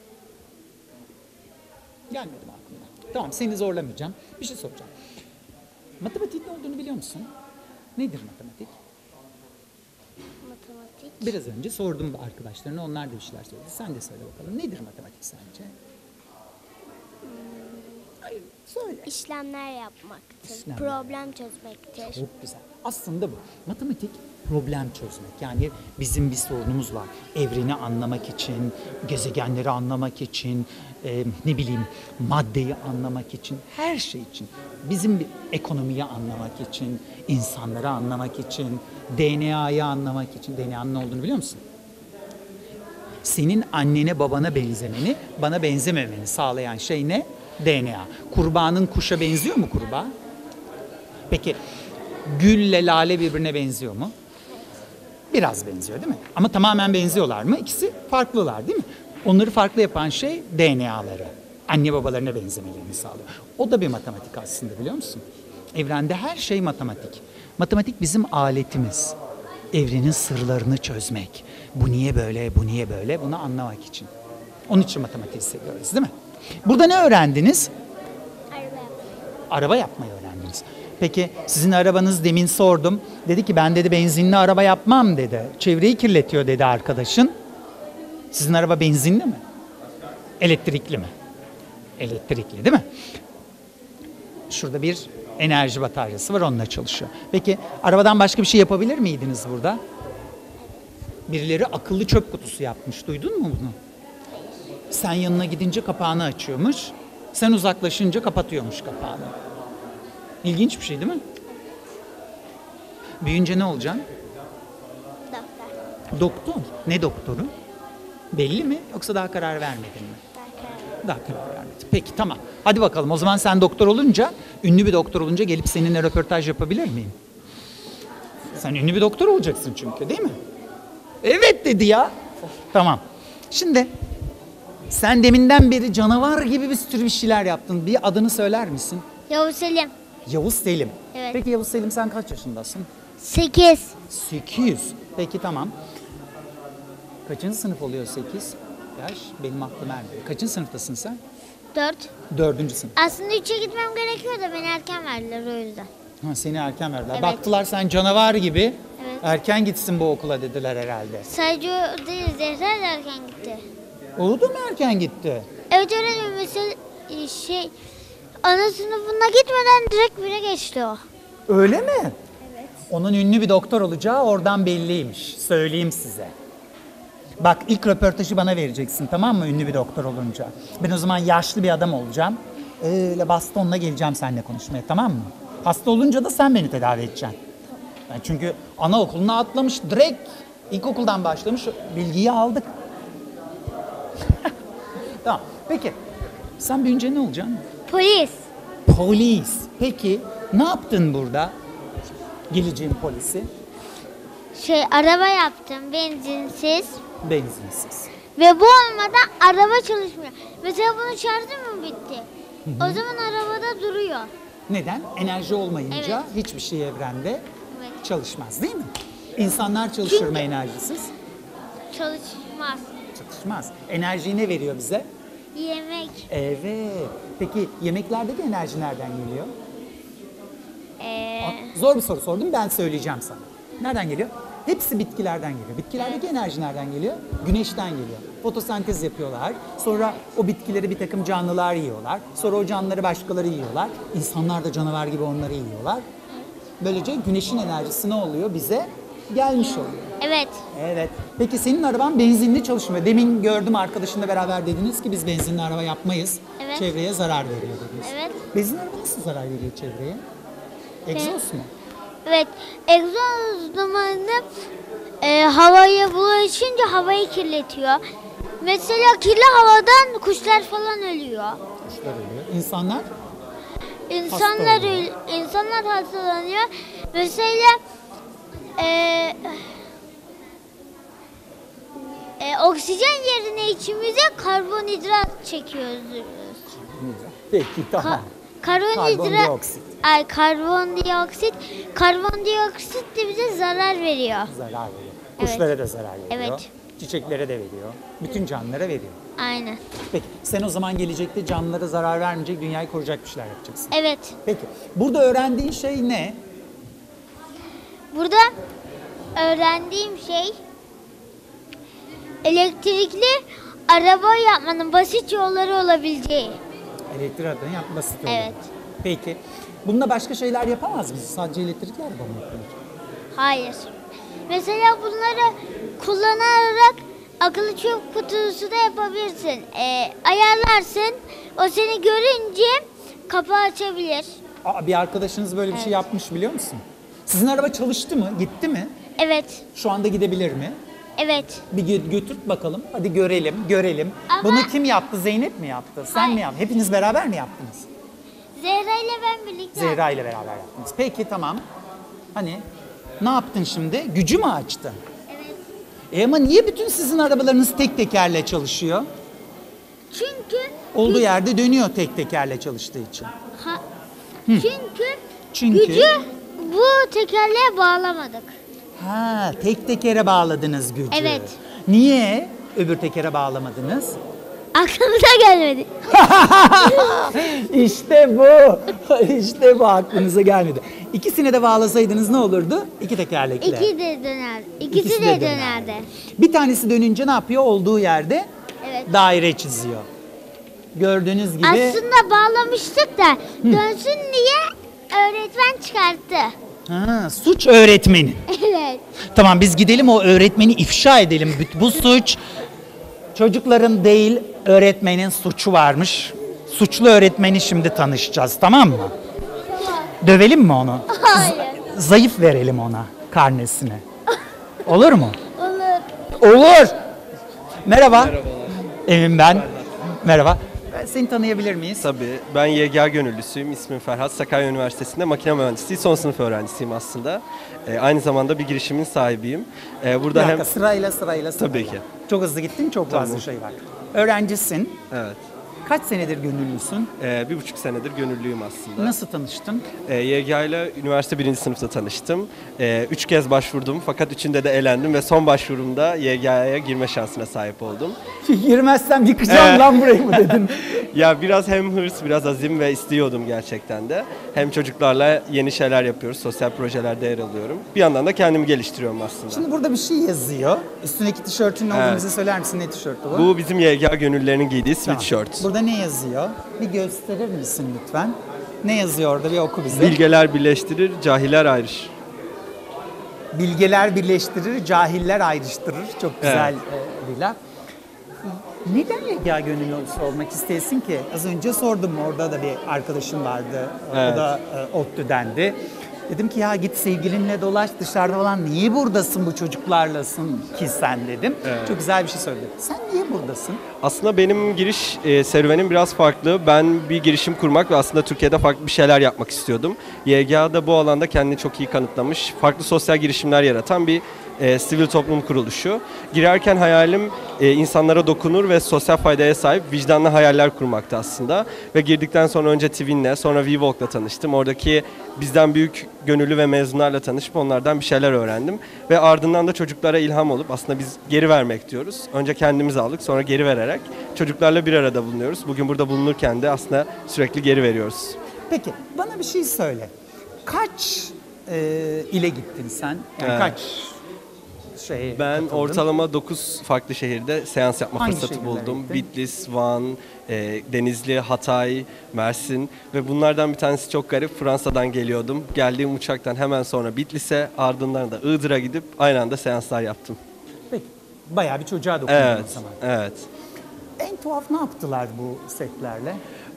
S1: Gelmedi mi aklına? Tamam seni zorlamayacağım. Bir şey soracağım. Matematiğin ne olduğunu biliyor musun? Nedir matematik?
S13: Matematik.
S1: Biraz önce sordum arkadaşlarına, onlar da bir şeyler söyledi. Sen de söyle bakalım. Nedir matematik sence? Hayır, söyle.
S13: İşlemler yapmaktır.
S1: İşlemler.
S13: Problem çözmektir.
S1: Çok güzel. Aslında bu. Matematik problem çözmek. Yani bizim bir sorunumuz var. Evreni anlamak için, gezegenleri anlamak için, ne bileyim maddeyi anlamak için, her şey için. Bizim bir ekonomiyi anlamak için, insanları anlamak için, DNA'yı anlamak için. DNA'nın ne olduğunu biliyor musun? Senin annene babana benzemeni, bana benzememeni sağlayan şey ne? DNA. Kurbağanın kuşa benziyor mu kurbağa? Peki gülle lale birbirine benziyor mu? Biraz benziyor değil mi? Ama tamamen benziyorlar mı? İkisi farklılar değil mi? Onları farklı yapan şey DNA'ları. Anne babalarına benzemelerini sağlıyor. O da bir matematik aslında biliyor musun? Evrende her şey matematik. Matematik bizim aletimiz. Evrenin sırlarını çözmek. Bu niye böyle, bu niye böyle bunu anlamak için. Onun için matematiği seviyoruz değil mi? Burada ne öğrendiniz? Araba yapmayı öğrendiniz. Peki sizin arabanız demin sordum. Dedi ki ben dedi benzinli araba yapmam dedi. Çevreyi kirletiyor dedi arkadaşın. Sizin araba benzinli mi? Elektrikli mi? Elektrikli değil mi? Şurada bir enerji bataryası var onunla çalışıyor. Peki arabadan başka bir şey yapabilir miydiniz burada? Birileri akıllı çöp kutusu yapmış. Duydun mu bunu? Sen yanına gidince kapağını açıyormuş. Sen uzaklaşınca kapatıyormuş kapağını. İlginç bir şey değil mi? Büyüyünce ne olacaksın?
S13: Doktor.
S1: Doktor. Ne doktoru? Belli mi yoksa daha karar vermedin mi? Daha karar vermedim. Peki tamam. Hadi bakalım o zaman sen doktor olunca, ünlü bir doktor olunca gelip seninle röportaj yapabilir miyim? Sen ünlü bir doktor olacaksın çünkü değil mi? Evet dedi ya. Tamam. Şimdi sen deminden beri canavar gibi bir sürü bir şeyler yaptın. Bir adını söyler misin?
S2: Yavuz Selim.
S1: Yavuz Selim.
S2: Evet.
S1: Peki Yavuz Selim sen kaç yaşındasın?
S2: 8.
S1: 800. Peki tamam. Kaçıncı sınıf oluyor 8 yaş? Benim aklım ermiyor. Kaçıncı sınıftasın sen?
S2: 4.
S1: 4. sınıf.
S2: Aslında 3'e gitmem gerekiyor da beni erken verdiler o yüzden.
S1: Ha, seni erken verdiler.
S2: Evet.
S1: Baktılar sen canavar gibi.
S2: Evet.
S1: Erken gitsin bu okula dediler herhalde.
S2: Sadece o değil, Zehra da erken gitti.
S1: O da mı erken gitti?
S2: Evet öğretmenim mesela ana sınıfına gitmeden direkt 1'e geçti o.
S1: Öyle mi? Evet. Onun ünlü bir doktor olacağı oradan belliymiş. Söyleyeyim size. Bak ilk röportajı bana vereceksin tamam mı ünlü bir doktor olunca. Ben o zaman yaşlı bir adam olacağım. Öyle bastonla geleceğim seninle konuşmaya tamam mı? Hasta olunca da sen beni tedavi edeceksin. Yani çünkü anaokuluna atlamış direkt ilkokuldan başlamış bilgiyi aldık. Tamam peki sen büyüyünce ne olacaksın?
S2: Polis.
S1: Polis. Peki ne yaptın burada? Geleceğin polisi.
S2: Araba yaptım benzinsiz.
S1: Benzinsiz.
S2: Ve bu olmadan araba çalışmıyor. Mesela bunun şarjı mı bitti? O zaman arabada duruyor.
S1: Neden? Enerji olmayınca
S2: Evet.
S1: hiçbir şey evrende
S2: Evet.
S1: çalışmaz değil mi? İnsanlar çalışır mı
S2: Çünkü-
S1: enerjisiz?
S2: Çalışmaz.
S1: Çalışmaz. Enerjiyi ne veriyor bize?
S2: Yemek.
S1: Evet. Peki yemeklerdeki enerji nereden geliyor?
S2: Ee,
S1: Zor bir soru sordum ben söyleyeceğim sana. Nereden geliyor? Hepsi bitkilerden geliyor. Bitkilerdeki enerji nereden geliyor? Güneşten geliyor. Fotosentez yapıyorlar. Sonra o bitkileri bir takım canlılar yiyorlar. Sonra o canlıları başkaları yiyorlar. İnsanlar da canavar gibi onları yiyorlar. Böylece güneşin enerjisi ne oluyor? Bize gelmiş oluyor.
S2: evet.
S1: Evet. Peki senin araban benzinli çalışmıyor. Demin gördüm arkadaşınla beraber dediniz ki biz benzinli araba yapmayız.
S2: Evet.
S1: Çevreye zarar veriyor dediniz.
S2: Evet.
S1: Benzinli araba nasıl zarar veriyor çevreye? Egzoz mu?
S2: Evet. Egzoz dumanı havaya bulaşınca havayı kirletiyor. Mesela kirli havadan kuşlar falan ölüyor.
S1: Kuşlar ölüyor. İnsanlar?
S2: İnsanlar
S1: oluyor.
S2: insanlar hastalanıyor. Mesela oksijen yerine içimize karbonhidrat çekiyoruz.
S1: Peki tamam. Karbondioksit.
S2: Ay karbondioksit. Karbondioksit de bize zarar veriyor.
S1: Zarar veriyor.
S2: Evet.
S1: Kuşlara da zarar veriyor.
S2: Evet.
S1: Çiçeklere de veriyor. Bütün canlılara veriyor.
S2: Aynen.
S1: Peki sen o zaman gelecekte canlılara zarar vermeyecek, dünyayı koruyacak bir şeyler yapacaksın.
S2: Evet.
S1: Peki burada öğrendiğin şey ne?
S2: Burada öğrendiğim şey elektrikli araba yapmanın basit yolları olabileceği.
S1: Elektrik arabanın yapma basit yolu.
S2: Evet.
S1: Peki bununla başka şeyler yapamaz mıyız? Sadece elektrikli araba mı yapılır?
S2: Hayır. Mesela bunları kullanarak akıllı çöp kutusu da yapabilirsin. Ayarlarsın. O seni görünce kapı açabilir.
S1: Aa, bir arkadaşınız böyle bir şey yapmış biliyor musun? Sizin araba çalıştı mı? Gitti mi?
S2: Evet.
S1: Şu anda gidebilir mi?
S2: Evet.
S1: Bir götürt bakalım. Hadi görelim.
S2: Ama-
S1: Bunu kim yaptı? Zeynep mi yaptı? Sen
S2: Hayır.
S1: mi yaptın? Hepiniz beraber mi yaptınız?
S2: Zehra ile ben birlikte.
S1: Zehra ile beraber yaptınız. Peki tamam. Hani ne yaptın şimdi? Gücü mü açtın?
S2: Evet.
S1: Ama niye bütün sizin arabalarınız tek tekerle çalışıyor?
S2: Çünkü
S1: Olduğu yerde dönüyor tek tekerle çalıştığı için.
S2: çünkü gücü bu tekerleğe bağlamadık.
S1: Ha, tek tekere bağladınız gücü.
S2: Evet.
S1: Niye öbür tekere bağlamadınız?
S2: Aklımıza gelmedi.
S1: İşte bu. İşte bu aklınıza gelmedi. İkisine de bağlasaydınız ne olurdu? İki tekerlekli.
S2: İki de döner. İkisi de dönerdi.
S1: Bir tanesi dönünce ne yapıyor? Olduğu yerde
S2: Evet.
S1: daire çiziyor. Gördüğünüz gibi
S2: Aslında bağlamıştık da dönsün diye öğretmen çıkarttı.
S1: ha, suç öğretmeni.
S2: Evet.
S1: Tamam biz gidelim o öğretmeni ifşa edelim. Bu suç çocukların değil öğretmenin suçu varmış. Suçlu öğretmeni şimdi tanışacağız tamam mı? Dövelim mi onu?
S2: Hayır.
S1: Zayıf verelim ona karnesini. Olur mu?
S2: Olur.
S1: Olur. Merhaba. Emin ben. Merhaba. Seni tanıyabilir miyiz?
S14: Tabii. Ben YGA gönüllüsüyüm. İsmim Ferhat. Sakarya Üniversitesi'nde makine mühendisliği son sınıf öğrencisiyim aslında. Aynı zamanda bir girişimin sahibiyim. Burada
S1: Bir dakika, sırayla.
S14: Tabii ki.
S1: Çok hızlı gittin, çok fazla
S14: Tamam.
S1: şey var. Öğrencisin.
S14: Evet.
S1: Kaç senedir gönüllüsün?
S14: 1,5 senedir gönüllüyüm aslında.
S1: Nasıl tanıştın?
S14: YGA ile üniversite 1. sınıfta tanıştım. 3 kez başvurdum fakat üçünde de elendim ve son başvurumda YGA'ya girme şansına sahip oldum.
S1: Girmezsem yıkacağım lan burayı mı dedin?
S14: Ya biraz hem hırs, biraz azim ve istiyordum gerçekten de. Hem çocuklarla yeni şeyler yapıyoruz, sosyal projelerde yer alıyorum. Bir yandan da kendimi geliştiriyorum aslında.
S1: Şimdi burada bir şey yazıyor. Üstündeki tişörtün ne olduğunu
S14: Evet.
S1: bize söyler misin? Ne tişörtü bu?
S14: Bu bizim YGA gönüllülerinin giydiği
S1: Tamam.
S14: sweatshirt.
S1: Burada ne yazıyor? Bir gösterir misin lütfen? Ne yazıyor orada? Bir oku bize.
S14: Bilgeler birleştirir, cahiller ayrışır.
S1: Bilgeler birleştirir, cahiller ayrıştırır. Çok güzel bir laf. Neden YGA gönüllüsü olmak isteyesin ki? Az önce sordum, orada da bir arkadaşım vardı.
S14: Evet.
S1: O da ODTÜ'dendi. Dedim ki ya git sevgilinle dolaş dışarıda falan. Niye buradasın bu çocuklarlasın ki sen dedim.
S14: Evet.
S1: Çok güzel bir şey söyledi. Sen niye buradasın?
S14: Aslında benim giriş serüvenim biraz farklı. Ben bir girişim kurmak ve aslında Türkiye'de farklı bir şeyler yapmak istiyordum. YGA da bu alanda kendini çok iyi kanıtlamış. Farklı sosyal girişimler yaratan bir sivil toplum kuruluşu. Girerken hayalim insanlara dokunur ve sosyal faydaya sahip vicdanlı hayaller kurmaktı aslında. Ve girdikten sonra önce Twin'le sonra WeWalk'la tanıştım. Oradaki bizden büyük gönüllü ve mezunlarla tanışıp onlardan bir şeyler öğrendim. Ve ardından da çocuklara ilham olup aslında biz geri vermek diyoruz. Önce kendimiz aldık sonra geri vererek çocuklarla bir arada bulunuyoruz. Bugün burada bulunurken de aslında sürekli geri veriyoruz.
S1: Peki bana bir şey söyle. Kaç ile gittin sen? Yani
S14: Evet.
S1: kaç şeye
S14: Ben
S1: katıldın?
S14: ortalama 9 farklı şehirde seans yapma
S1: Hangi
S14: fırsatı
S1: şehirlere
S14: buldum.
S1: gittin?
S14: Bitlis, Van, Denizli, Hatay, Mersin ve bunlardan bir tanesi çok garip. Fransa'dan geliyordum. Geldiğim uçaktan hemen sonra Bitlis'e, ardından da Iğdır'a gidip aynı anda seanslar yaptım.
S1: Peki bayağı bir çocuğa dokundun
S14: Evet,
S1: o zaman.
S14: evet.
S1: En tuhaf ne yaptılar bu setlerle?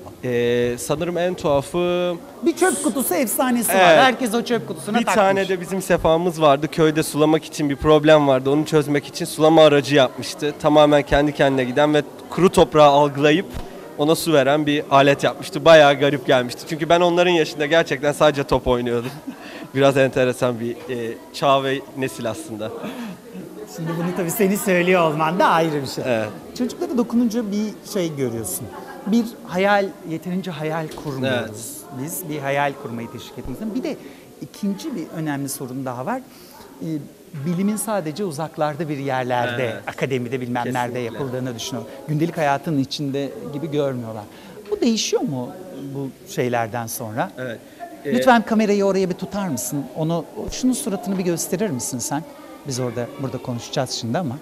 S14: Sanırım en tuhafı
S1: Bir çöp kutusu efsanesi var.
S14: Evet.
S1: Herkes o çöp kutusuna
S14: bir
S1: takmış.
S14: tane de bizim sefamız vardı. Köyde sulamak için bir problem vardı. Onu çözmek için sulama aracı yapmıştı. Tamamen kendi kendine giden ve kuru toprağı algılayıp ona su veren bir alet yapmıştı. Bayağı garip gelmişti. Çünkü ben onların yaşında gerçekten sadece top oynuyordum. Biraz enteresan bir çağ ve nesil aslında.
S1: Şimdi bunu tabii seni söylüyor olman da ayrı bir şey.
S14: Evet.
S1: Çocuklara dokununca bir şey görüyorsun. Bir yeterince hayal kurmuyoruz. Biz bir hayal kurmayı teşvik etmemiz. Bir de ikinci bir önemli sorun daha var. Bilimin sadece uzaklarda bir yerlerde,
S14: Evet.
S1: akademide bilmem nerede
S14: Kesinlikle.
S1: yapıldığını düşünüyorlar. Gündelik hayatın içinde gibi görmüyorlar. Bu değişiyor mu bu şeylerden sonra?
S14: Evet.
S1: Lütfen kamerayı oraya bir tutar mısın? Şunun suratını bir gösterir misin sen? Biz burada konuşacağız şimdi ama.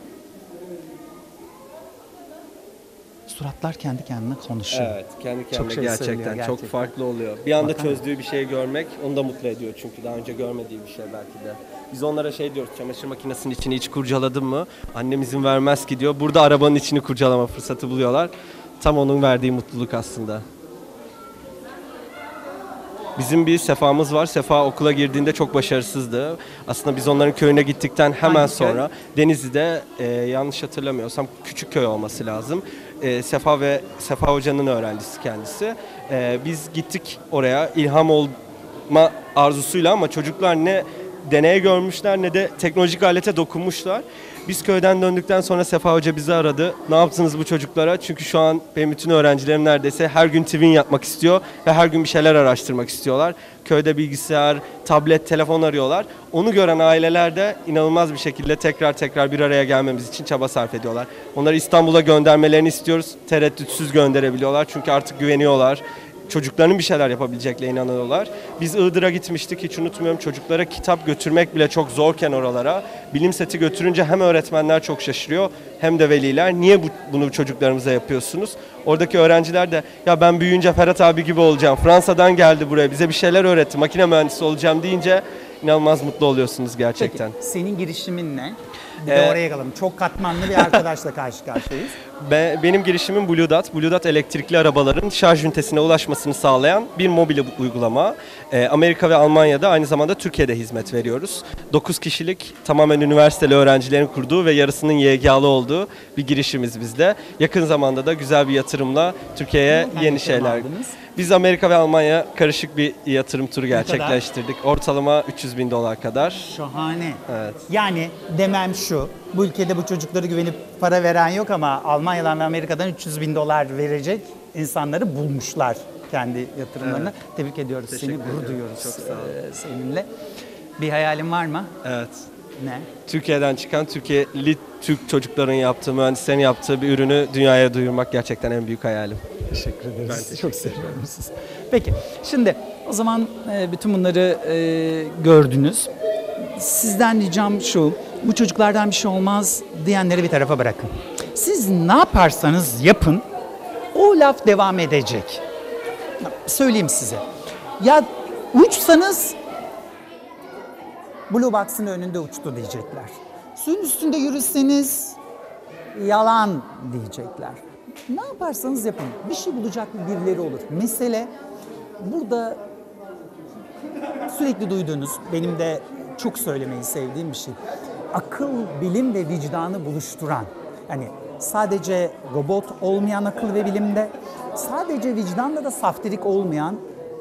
S1: Suratlar kendi kendine konuşuyor.
S14: Evet, kendi
S1: Çok
S14: kendine
S1: şey söylüyor
S14: gerçekten çok farklı oluyor. Bir anda çözdüğü bir şeyi görmek onu da mutlu ediyor çünkü daha önce görmediği bir şey belki de. Biz onlara şey diyoruz, çamaşır makinesinin içini hiç kurcaladın mı? Annem izin vermez ki diyor. Burada arabanın içini kurcalama fırsatı buluyorlar. Tam onun verdiği mutluluk aslında. Bizim bir Sefa'mız var. Sefa okula girdiğinde çok başarısızdı. Aslında biz onların köyüne gittikten hemen
S1: Hangi köy?
S14: sonra Denizli'de yanlış hatırlamıyorsam küçük köy olması lazım. Sefa Hoca'nın öğrencisi kendisi. Biz gittik oraya ilham olma arzusuyla ama çocuklar ne deneye görmüşler ne de teknolojik alete dokunmuşlar. Biz köyden döndükten sonra Sefa Hoca bizi aradı. Ne yaptınız bu çocuklara? Çünkü şu an benim bütün öğrencilerim neredeyse her gün Twin yapmak istiyor ve her gün bir şeyler araştırmak istiyorlar. Köyde bilgisayar, tablet, telefon arıyorlar. Onu gören aileler de inanılmaz bir şekilde tekrar bir araya gelmemiz için çaba sarf ediyorlar. Onları İstanbul'a göndermelerini istiyoruz. Tereddütsüz gönderebiliyorlar çünkü artık güveniyorlar. Çocukların bir şeyler yapabileceklerine inanıyorlar. Biz Iğdır'a gitmiştik, hiç unutmuyorum. Çocuklara kitap götürmek bile çok zorken oralara. Bilim seti götürünce hem öğretmenler çok şaşırıyor hem de veliler. Niye bunu çocuklarımıza yapıyorsunuz? Oradaki öğrenciler de ya ben büyüyünce Ferhat abi gibi olacağım. Fransa'dan geldi buraya bize bir şeyler öğretti. Makine mühendisi olacağım deyince inanılmaz mutlu oluyorsunuz gerçekten.
S1: Peki senin girişimin ne? Bir de oraya kalalım. Çok katmanlı bir arkadaşla karşı karşıyayız.
S14: Benim girişimim Blue Dot. Blue Dot elektrikli arabaların şarj ünitesine ulaşmasını sağlayan bir mobil uygulama. Amerika ve Almanya'da aynı zamanda Türkiye'de hizmet veriyoruz. 9 kişilik tamamen üniversiteli öğrencilerin kurduğu ve yarısının YGA'lı olduğu bir girişimiz bizde. Yakın zamanda da güzel bir yatırımla Türkiye'ye yeni şeyler. Biz Amerika ve Almanya karışık bir yatırım turu gerçekleştirdik. Ortalama $300.000 kadar.
S1: Şahane.
S14: Evet.
S1: Yani demem şu, bu ülkede bu çocuklara güvenip para veren yok ama Almanya'dan ve Amerika'dan $300.000 verecek insanları bulmuşlar kendi yatırımlarına.
S14: Evet.
S1: Tebrik ediyoruz
S14: Teşekkür
S1: seni, gurur
S14: ederim.
S1: duyuyoruz
S14: Çok sağ ol.
S1: seninle. Bir hayalin var mı?
S14: Evet.
S1: Ne?
S14: Türkiye'den çıkan Türkiye'li Türk çocukların yaptığı, mühendislerin yaptığı bir ürünü dünyaya duyurmak gerçekten en büyük hayalim.
S1: Teşekkür ederiz.
S14: Ben teşekkür
S1: Çok seviyorum sizi. Peki, şimdi o zaman bütün bunları gördünüz. Sizden ricam şu, bu çocuklardan bir şey olmaz diyenleri bir tarafa bırakın. Siz ne yaparsanız yapın, o laf devam edecek. Söyleyeyim size. Ya uçsanız Blue Box'ın önünde uçtu diyecekler. Suyun üstünde yürüseniz yalan diyecekler. Ne yaparsanız yapın. Bir şey bulacak birileri olur. Mesele burada sürekli duyduğunuz, benim de çok söylemeyi sevdiğim bir şey. Akıl, bilim ve vicdanı buluşturan. Yani sadece robot olmayan akıl ve bilimde, sadece vicdanla da saftirik olmayan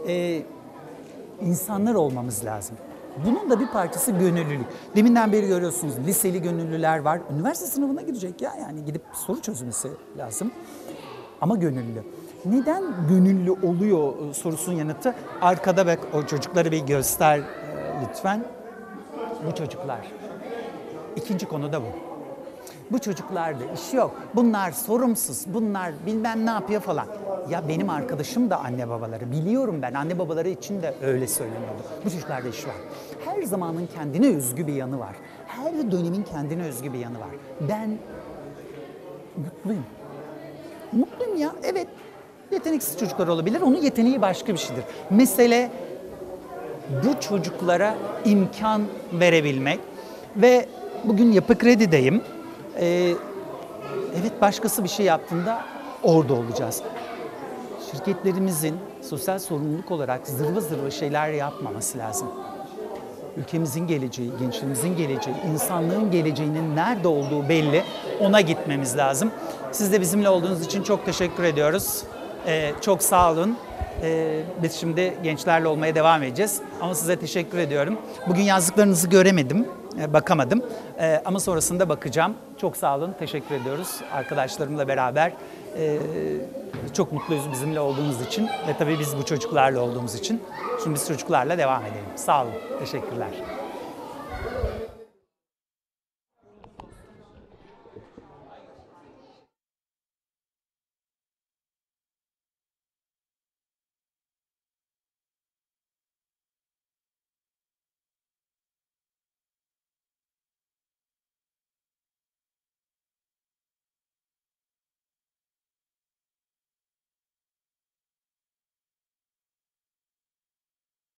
S1: insanlar olmamız lazım. Bunun da bir parçası gönüllülük. Deminden beri görüyorsunuz liseli gönüllüler var. Üniversite sınavına girecek ya, yani gidip soru çözmesi lazım. Ama gönüllü. Neden gönüllü oluyor sorusunun yanıtı arkada, bak o çocukları bir göster lütfen. Bu çocuklar. İkinci konu da bu. Bu çocuklarda iş yok. Bunlar sorumsuz, bunlar bilmem ne yapıyor falan. Ya benim arkadaşım da anne babaları. Biliyorum ben, anne babaları için de öyle söyleniyordu. Bu çocuklarda iş var. Her zamanın kendine özgü bir yanı var. Her dönemin kendine özgü bir yanı var. Ben mutluyum. Mutluyum ya, evet. Yeteneksiz çocuklar olabilir, onun yeteneği başka bir şeydir. Mesele bu çocuklara imkan verebilmek. Ve bugün Yapı Kredi'deyim. Evet, başkası bir şey yaptığında orada olacağız. Şirketlerimizin sosyal sorumluluk olarak zırva zırva şeyler yapmaması lazım. Ülkemizin geleceği, gençlerimizin geleceği, insanlığın geleceğinin nerede olduğu belli. Ona gitmemiz lazım. Siz de bizimle olduğunuz için çok teşekkür ediyoruz. Çok sağ olun. Biz şimdi gençlerle olmaya devam edeceğiz. Ama size teşekkür ediyorum. Bugün yazdıklarınızı göremedim, bakamadım. Ama sonrasında bakacağım. Çok sağ olun, teşekkür ediyoruz. Arkadaşlarımla beraber çok mutluyuz bizimle olduğunuz için. Ve tabii biz bu çocuklarla olduğumuz için. Şimdi biz çocuklarla devam edelim. Sağ olun, teşekkürler.